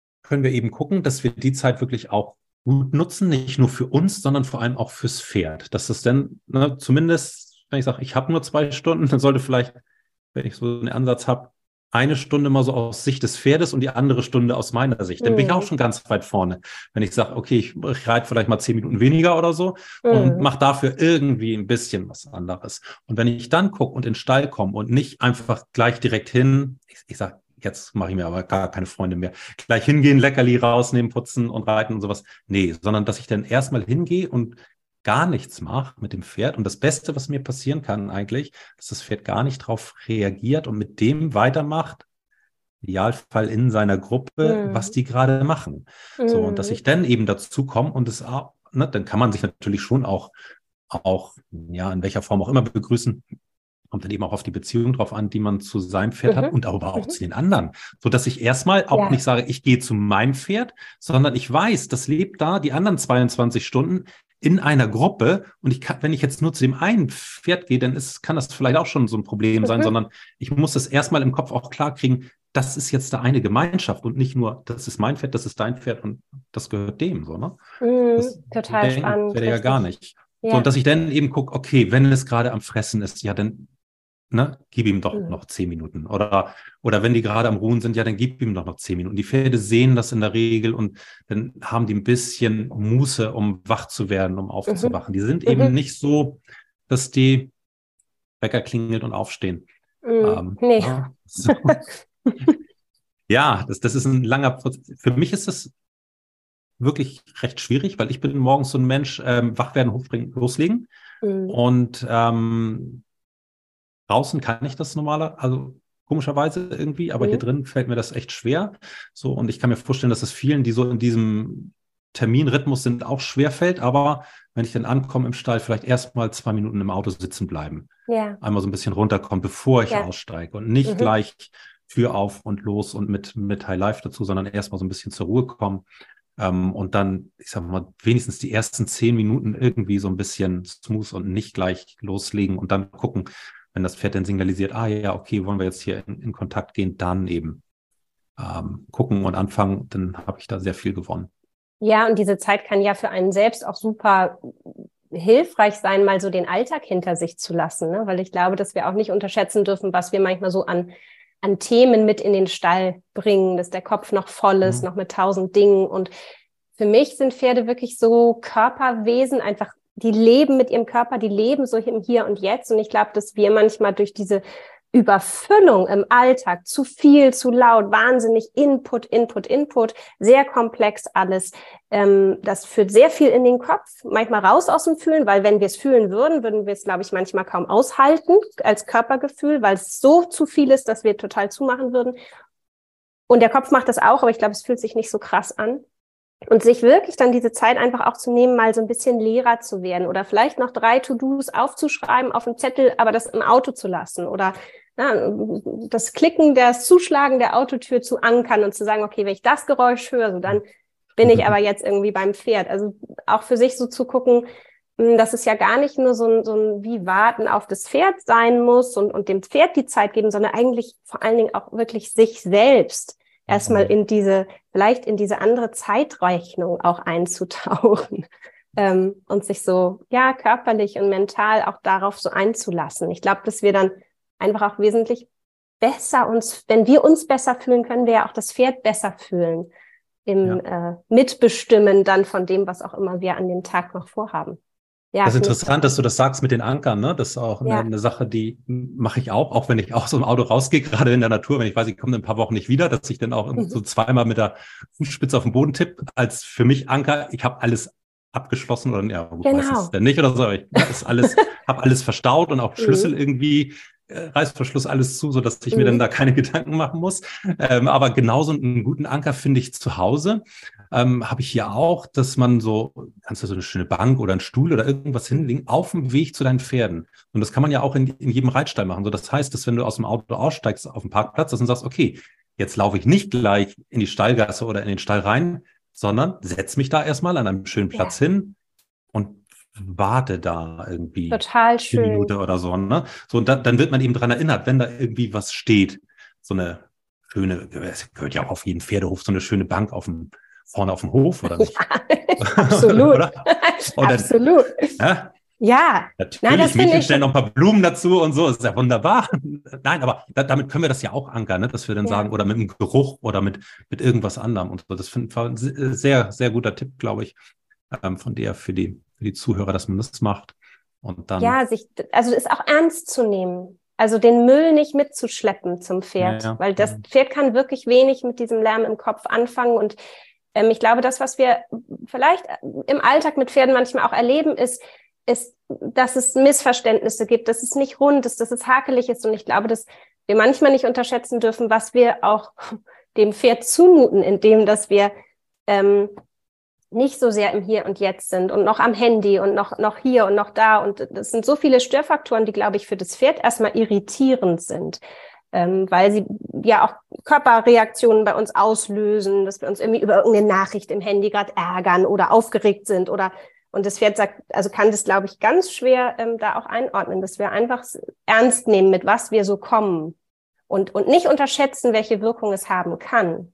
eben gucken, dass wir die Zeit wirklich auch gut nutzen, nicht nur für uns, sondern vor allem auch fürs Pferd. Dass es dann, ne, zumindest, wenn ich sage, ich habe nur 2 Stunden, dann sollte vielleicht, wenn ich so einen Ansatz habe, 1 Stunde mal so aus Sicht des Pferdes und die andere Stunde aus meiner Sicht. Dann bin ich auch schon ganz weit vorne. Wenn ich sage, okay, ich reite vielleicht mal 10 Minuten weniger oder so und mache dafür irgendwie ein bisschen was anderes. Und wenn ich dann gucke und in den Stall komme und nicht einfach gleich direkt hin, ich sage, jetzt mache ich mir aber gar keine Freunde mehr. Gleich hingehen, Leckerli rausnehmen, putzen und reiten und sowas. Nee, sondern dass ich dann erstmal hingehe und gar nichts mache mit dem Pferd. Und das Beste, was mir passieren kann eigentlich, dass das Pferd gar nicht drauf reagiert und mit dem weitermacht, im Idealfall in seiner Gruppe, was die gerade machen. So, und dass ich dann eben dazu komme und es auch, ne, dann kann man sich natürlich schon auch, ja, in welcher Form auch immer begrüßen. Kommt dann eben auch auf die Beziehung drauf an, die man zu seinem Pferd hat und aber auch zu den anderen. So dass ich erstmal auch nicht sage, ich gehe zu meinem Pferd, sondern ich weiß, das lebt da die anderen 22 Stunden in einer Gruppe. Und wenn ich jetzt nur zu dem einen Pferd gehe, dann kann das vielleicht auch schon so ein Problem sein, sondern ich muss das erstmal im Kopf auch klar kriegen, das ist jetzt da eine Gemeinschaft und nicht nur, das ist mein Pferd, das ist dein Pferd und das gehört dem, so, ne? Total spannend. Das wäre ja gar nicht. So, und dass ich dann eben gucke, okay, wenn es gerade am Fressen ist, ja, dann gib ihm doch noch 10 Minuten. Oder wenn die gerade am Ruhen sind, ja, dann gib ihm doch noch 10 Minuten. Die Pferde sehen das in der Regel und dann haben die ein bisschen Muße, um wach zu werden, um aufzuwachen. Die sind eben nicht so, dass die Wecker klingelt und aufstehen. Nee. Ja, so. Ja, das ist ein langer Prozess. Für mich ist das wirklich recht schwierig, weil ich bin morgens so ein Mensch, wach werden, hochspringen, loslegen. Und draußen kann ich das also komischerweise irgendwie, aber hier drin fällt mir das echt schwer. So, und ich kann mir vorstellen, dass es vielen, die so in diesem Terminrhythmus sind, auch schwer fällt. Aber wenn ich dann ankomme im Stall, vielleicht erst mal 2 Minuten im Auto sitzen bleiben. Ja. Einmal so ein bisschen runterkommen, bevor ich aussteige und nicht gleich Tür auf und los und mit High Life dazu, sondern erst mal so ein bisschen zur Ruhe kommen. Und dann, ich sag mal, wenigstens die ersten 10 Minuten irgendwie so ein bisschen smooth und nicht gleich loslegen und dann gucken, wenn das Pferd dann signalisiert, ja, okay, wollen wir jetzt hier in Kontakt gehen, dann eben gucken und anfangen, dann habe ich da sehr viel gewonnen. Ja, und diese Zeit kann ja für einen selbst auch super hilfreich sein, mal so den Alltag hinter sich zu lassen, ne? Weil ich glaube, dass wir auch nicht unterschätzen dürfen, was wir manchmal so an Themen mit in den Stall bringen, dass der Kopf noch voll ist, noch mit 1000 Dingen. Und für mich sind Pferde wirklich so Körperwesen, einfach die leben mit ihrem Körper, die leben so im Hier und Jetzt. Und ich glaube, dass wir manchmal durch diese Überfüllung im Alltag, zu viel, zu laut, wahnsinnig Input, sehr komplex alles. Das führt sehr viel in den Kopf, manchmal raus aus dem Fühlen, weil wenn wir es fühlen würden wir es, glaube ich, manchmal kaum aushalten als Körpergefühl, weil es so zu viel ist, dass wir total zumachen würden. Und der Kopf macht das auch, aber ich glaube, es fühlt sich nicht so krass an. Und sich wirklich dann diese Zeit einfach auch zu nehmen, mal so ein bisschen leerer zu werden oder vielleicht noch 3 To-Dos aufzuschreiben auf einen Zettel, aber das im Auto zu lassen oder das Klicken, das Zuschlagen der Autotür zu ankern und zu sagen, okay, wenn ich das Geräusch höre, so dann bin ich aber jetzt irgendwie beim Pferd. Also auch für sich so zu gucken, dass es ja gar nicht nur so ein wie Warten auf das Pferd sein muss und dem Pferd die Zeit geben, sondern eigentlich vor allen Dingen auch wirklich sich selbst erstmal vielleicht in diese andere Zeitrechnung auch einzutauchen. Und sich so, ja, körperlich und mental auch darauf so einzulassen. Ich glaube, dass wir dann einfach auch wesentlich besser wenn wir uns besser fühlen, können wir ja auch das Pferd besser fühlen im Mitbestimmen dann von dem, was auch immer wir an dem Tag noch vorhaben. Ja, das ist interessant, dass du das sagst mit den Ankern, ne? Das ist auch eine Sache, die mache ich auch wenn ich aus so einem Auto rausgehe, gerade in der Natur, wenn ich weiß, ich komme in ein paar Wochen nicht wieder, dass ich dann auch so zweimal mit der Fußspitze auf den Boden tippe, als für mich Anker, ich habe alles abgeschlossen oder ja, meistens dann nicht oder so, aber ich habe alles verstaut und auch Schlüssel irgendwie, Reißverschluss alles zu, so dass ich mir dann da keine Gedanken machen muss. Aber genauso einen guten Anker finde ich zu Hause. Habe ich hier auch, dass man kannst du so eine schöne Bank oder einen Stuhl oder irgendwas hinlegen, auf dem Weg zu deinen Pferden. Und das kann man ja auch in jedem Reitstall machen. So, das heißt, dass wenn du aus dem Auto aussteigst auf dem Parkplatz, dass du sagst, okay, jetzt laufe ich nicht gleich in die Stallgasse oder in den Stall rein, sondern setz mich da erstmal an einem schönen Platz hin und warte da irgendwie total schön. eine Minute oder so. Ne? So, und dann wird man eben dran erinnert, wenn da irgendwie was steht. So eine schöne, es gehört ja auch auf jeden Pferdehof, so eine schöne Bank vorne auf dem Hof, oder nicht? Ja, absolut. Oder? Absolut. Ja. Natürlich, Mädchen stellen noch ein paar Blumen dazu und so, ist ja wunderbar. Nein, aber damit können wir das ja auch ankern, ne? Dass wir dann sagen, oder mit dem Geruch oder mit irgendwas anderem und so. Das finde ich ein sehr, sehr guter Tipp, glaube ich, von dir für die Zuhörer, dass man das macht. Und dann. Ja, also ist auch ernst zu nehmen. Also den Müll nicht mitzuschleppen zum Pferd, weil das Pferd kann wirklich wenig mit diesem Lärm im Kopf anfangen und ich glaube, das, was wir vielleicht im Alltag mit Pferden manchmal auch erleben, ist, dass es Missverständnisse gibt, dass es nicht rund ist, dass es hakelig ist. Und ich glaube, dass wir manchmal nicht unterschätzen dürfen, was wir auch dem Pferd zumuten, indem dass wir nicht so sehr im Hier und Jetzt sind und noch am Handy und noch hier und noch da. Und das sind so viele Störfaktoren, die, glaube ich, für das Pferd erstmal irritierend sind. Weil sie ja auch Körperreaktionen bei uns auslösen, dass wir uns irgendwie über irgendeine Nachricht im Handy gerade ärgern oder aufgeregt sind und das Pferd sagt, also kann das, glaube ich, ganz schwer da auch einordnen, dass wir einfach ernst nehmen, mit was wir so kommen und nicht unterschätzen, welche Wirkung es haben kann.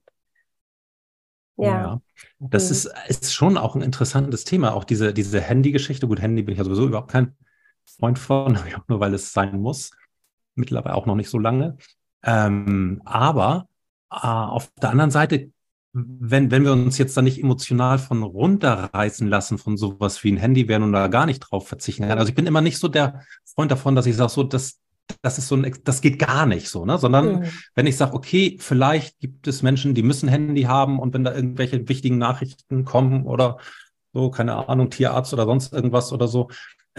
Ja, das ist schon auch ein interessantes Thema, auch diese Handy-Geschichte. Gut, Handy bin ich ja sowieso überhaupt kein Freund von, nur weil es sein muss. Mittlerweile auch noch nicht so lange. Aber auf der anderen Seite, wenn wir uns jetzt da nicht emotional von runterreißen lassen von sowas wie ein Handy, werden und da gar nicht drauf verzichten kann. Also ich bin immer nicht so der Freund davon, dass ich sage, so, das ist das geht gar nicht so, ne? Sondern wenn ich sage, okay, vielleicht gibt es Menschen, die müssen Handy haben und wenn da irgendwelche wichtigen Nachrichten kommen oder so, keine Ahnung, Tierarzt oder sonst irgendwas oder so,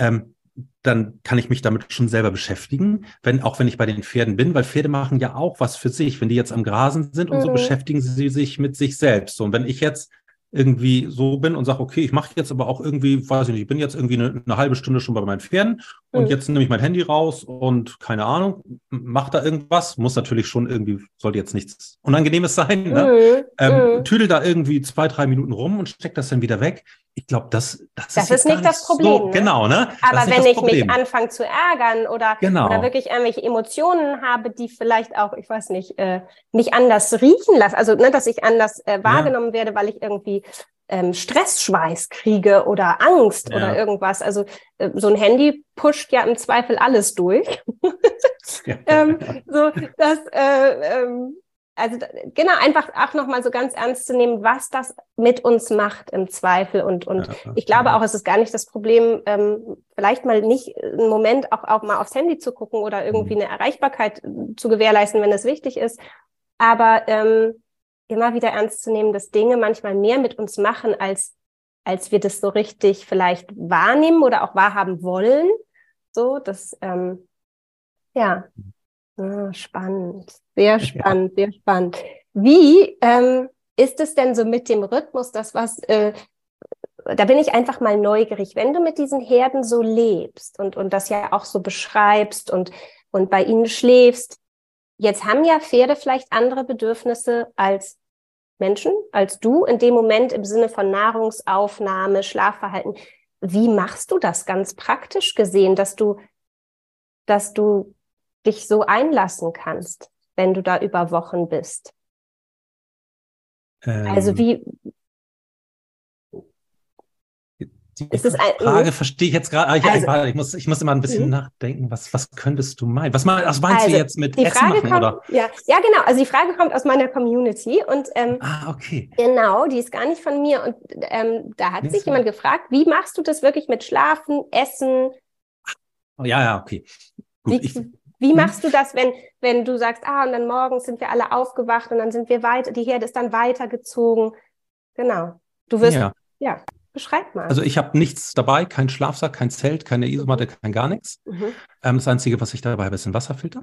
dann kann ich mich damit schon selber beschäftigen, auch wenn ich bei den Pferden bin, weil Pferde machen ja auch was für sich. Wenn die jetzt am Grasen sind und so, beschäftigen sie sich mit sich selbst. So, und wenn ich jetzt irgendwie so bin und sage, okay, ich mache jetzt aber auch irgendwie, weiß ich nicht, ich bin jetzt irgendwie eine halbe Stunde schon bei meinen Pferden und jetzt nehme ich mein Handy raus und keine Ahnung, mache da irgendwas, muss natürlich schon irgendwie, sollte jetzt nichts Unangenehmes sein, ne? Tüdel da irgendwie 2-3 Minuten rum und steck das dann wieder weg. Ich glaube, das ist nicht das Problem. So, ne? Genau, ne? Aber wenn ich mich anfange zu ärgern oder wirklich irgendwelche Emotionen habe, die vielleicht auch, ich weiß nicht, mich anders riechen lassen, also ne, dass ich anders wahrgenommen werde, weil ich irgendwie Stressschweiß kriege oder Angst oder irgendwas. Also so ein Handy pusht ja im Zweifel alles durch. Also genau, einfach auch nochmal so ganz ernst zu nehmen, was das mit uns macht im Zweifel. Und ich glaube auch, es ist gar nicht das Problem, vielleicht mal nicht einen Moment auch mal aufs Handy zu gucken oder irgendwie eine Erreichbarkeit zu gewährleisten, wenn es wichtig ist. Aber immer wieder ernst zu nehmen, dass Dinge manchmal mehr mit uns machen, als wir das so richtig vielleicht wahrnehmen oder auch wahrhaben wollen. So, das, spannend. Sehr spannend, sehr spannend. Wie ist es denn so mit dem Rhythmus, da bin ich einfach mal neugierig, wenn du mit diesen Herden so lebst und das ja auch so beschreibst und und bei ihnen schläfst. Jetzt haben ja Pferde vielleicht andere Bedürfnisse als Menschen, als du in dem Moment im Sinne von Nahrungsaufnahme, Schlafverhalten. Wie machst du das ganz praktisch gesehen, dass du dich so einlassen kannst, wenn du da über Wochen bist? Also wie die Frage verstehe ich jetzt gerade. Ich muss immer ein bisschen nachdenken. Was könntest du meinen? Was meinst du jetzt mit Essen machen? Oder? Ja, genau. Also die Frage kommt aus meiner Community und okay. Genau, die ist gar nicht von mir. Und da hat sich jemand gefragt, wie machst du das wirklich mit Schlafen, Essen? Ja, okay. Gut, wie machst du das, wenn du sagst, und dann morgens sind wir alle aufgewacht und dann sind wir weiter, die Herde ist dann weitergezogen. Genau. Du wirst, beschreib mal. Also ich habe nichts dabei, kein Schlafsack, kein Zelt, keine Isomatte, kein gar nichts. Das Einzige, was ich dabei habe, ist ein Wasserfilter.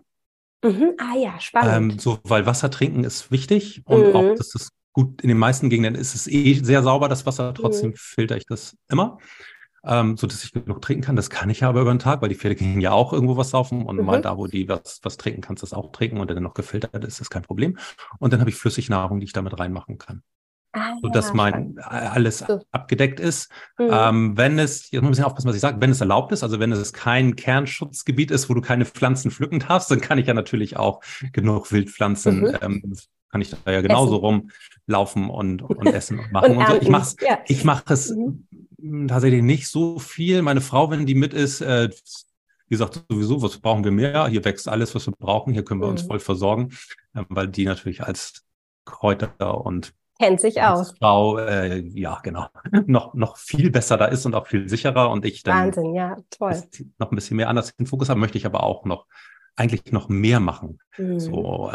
Spannend. Weil Wasser trinken ist wichtig und auch, das ist gut, in den meisten Gegenden ist es sehr sauber, das Wasser, trotzdem filter ich das immer. So dass ich genug trinken kann. Das kann ich aber über den Tag, weil die Pferde gehen ja auch irgendwo was saufen und mal da, wo die was trinken, kannst du das auch trinken und dann noch gefiltert ist, das kein Problem. Und dann habe ich Flüssignahrung, die ich damit reinmachen kann. Sodass alles abgedeckt ist. Wenn es, jetzt muss ich ein bisschen aufpassen, was ich sage, wenn es erlaubt ist, also wenn es kein Kernschutzgebiet ist, wo du keine Pflanzen pflücken darfst, dann kann ich ja natürlich auch genug Wildpflanzen, kann ich da ja genauso rumlaufen und essen und machen und so. Ich mache es tatsächlich nicht so viel. Meine Frau, wenn die mit ist, die sagt sowieso, was brauchen wir mehr? Hier wächst alles, was wir brauchen. Hier können wir uns voll versorgen, weil die natürlich als Kräuter und kennt sich aus. Frau, genau, noch viel besser da ist und auch viel sicherer und ich dann Wahnsinn, ja, toll. Noch ein bisschen mehr anders den Fokus haben, möchte ich aber auch eigentlich noch mehr machen. So,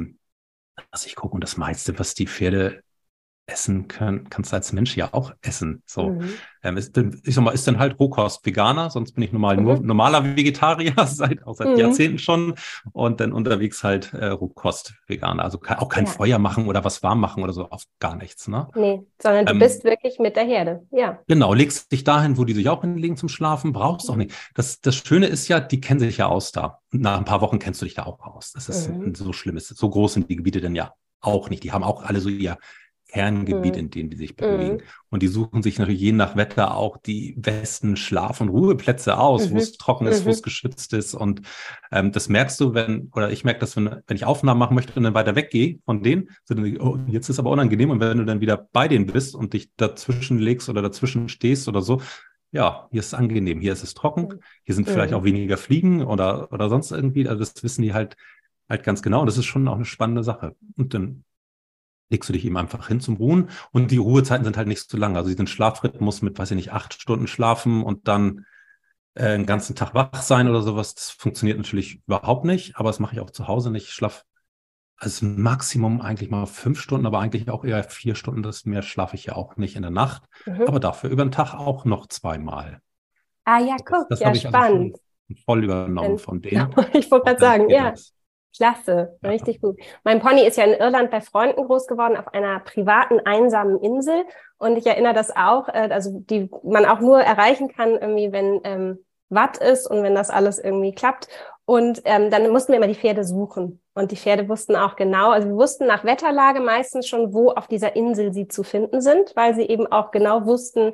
also ich gucke und das meiste, was die Pferde essen können, kannst du als Mensch ja auch essen. So, ist dann halt Rohkost Veganer, sonst bin ich nur normaler Vegetarier, seit Jahrzehnten schon und dann unterwegs halt Rohkost Veganer. Also auch kein Feuer machen oder was warm machen oder so, auf gar nichts, ne? Nee, sondern du bist wirklich mit der Herde, ja. Genau, legst dich dahin, wo die sich auch hinlegen zum Schlafen, brauchst auch nicht. Das Schöne ist ja, die kennen sich ja aus da. Nach ein paar Wochen kennst du dich da auch aus. Das ist so schlimm. So groß sind die Gebiete denn ja auch nicht. Die haben auch alle so ihr Kerngebiet, in dem die sich bewegen. Und die suchen sich natürlich je nach Wetter auch die besten Schlaf- und Ruheplätze aus, wo es trocken ist, wo es geschützt ist. Und das merkst du, ich merke das, wenn ich Aufnahmen machen möchte und dann weiter weggehe von denen, so dann, jetzt ist aber unangenehm. Und wenn du dann wieder bei denen bist und dich dazwischen legst oder dazwischen stehst oder so, ja, hier ist es angenehm, hier ist es trocken, hier sind vielleicht auch weniger Fliegen oder sonst irgendwie. Also das wissen die halt ganz genau. Und das ist schon auch eine spannende Sache. Und dann legst du dich eben einfach hin zum Ruhen und die Ruhezeiten sind halt nicht so lang. Also diesen Schlafrhythmus mit, 8 Stunden schlafen und dann einen ganzen Tag wach sein oder sowas, das funktioniert natürlich überhaupt nicht, aber das mache ich auch zu Hause nicht. Ich schlafe also Maximum eigentlich mal 5 Stunden, aber eigentlich auch eher 4 Stunden. Das mehr schlafe ich ja auch nicht in der Nacht, aber dafür über den Tag auch noch 2-mal. Ja, guck, das ja, habe ich spannend. Also voll übernommen von denen. Ich wollte gerade sagen, ja. Klasse, richtig gut. Mein Pony ist ja in Irland bei Freunden groß geworden, auf einer privaten, einsamen Insel. Und ich erinnere das auch, also die man auch nur erreichen kann, irgendwie, wenn Watt ist und wenn das alles irgendwie klappt. Und dann mussten wir immer die Pferde suchen. Und die Pferde wussten auch genau, also wir wussten nach Wetterlage meistens schon, wo auf dieser Insel sie zu finden sind, weil sie eben auch genau wussten,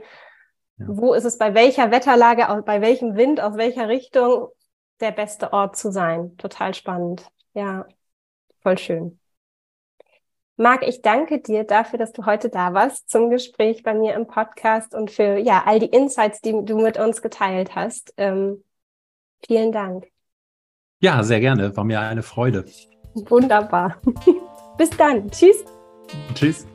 wo ist es bei welcher Wetterlage, bei welchem Wind, aus welcher Richtung der beste Ort zu sein. Total spannend. Ja, voll schön. Marc, ich danke dir dafür, dass du heute da warst zum Gespräch bei mir im Podcast und für all die Insights, die du mit uns geteilt hast. Vielen Dank. Ja, sehr gerne. War mir eine Freude. Wunderbar. Bis dann. Tschüss. Tschüss.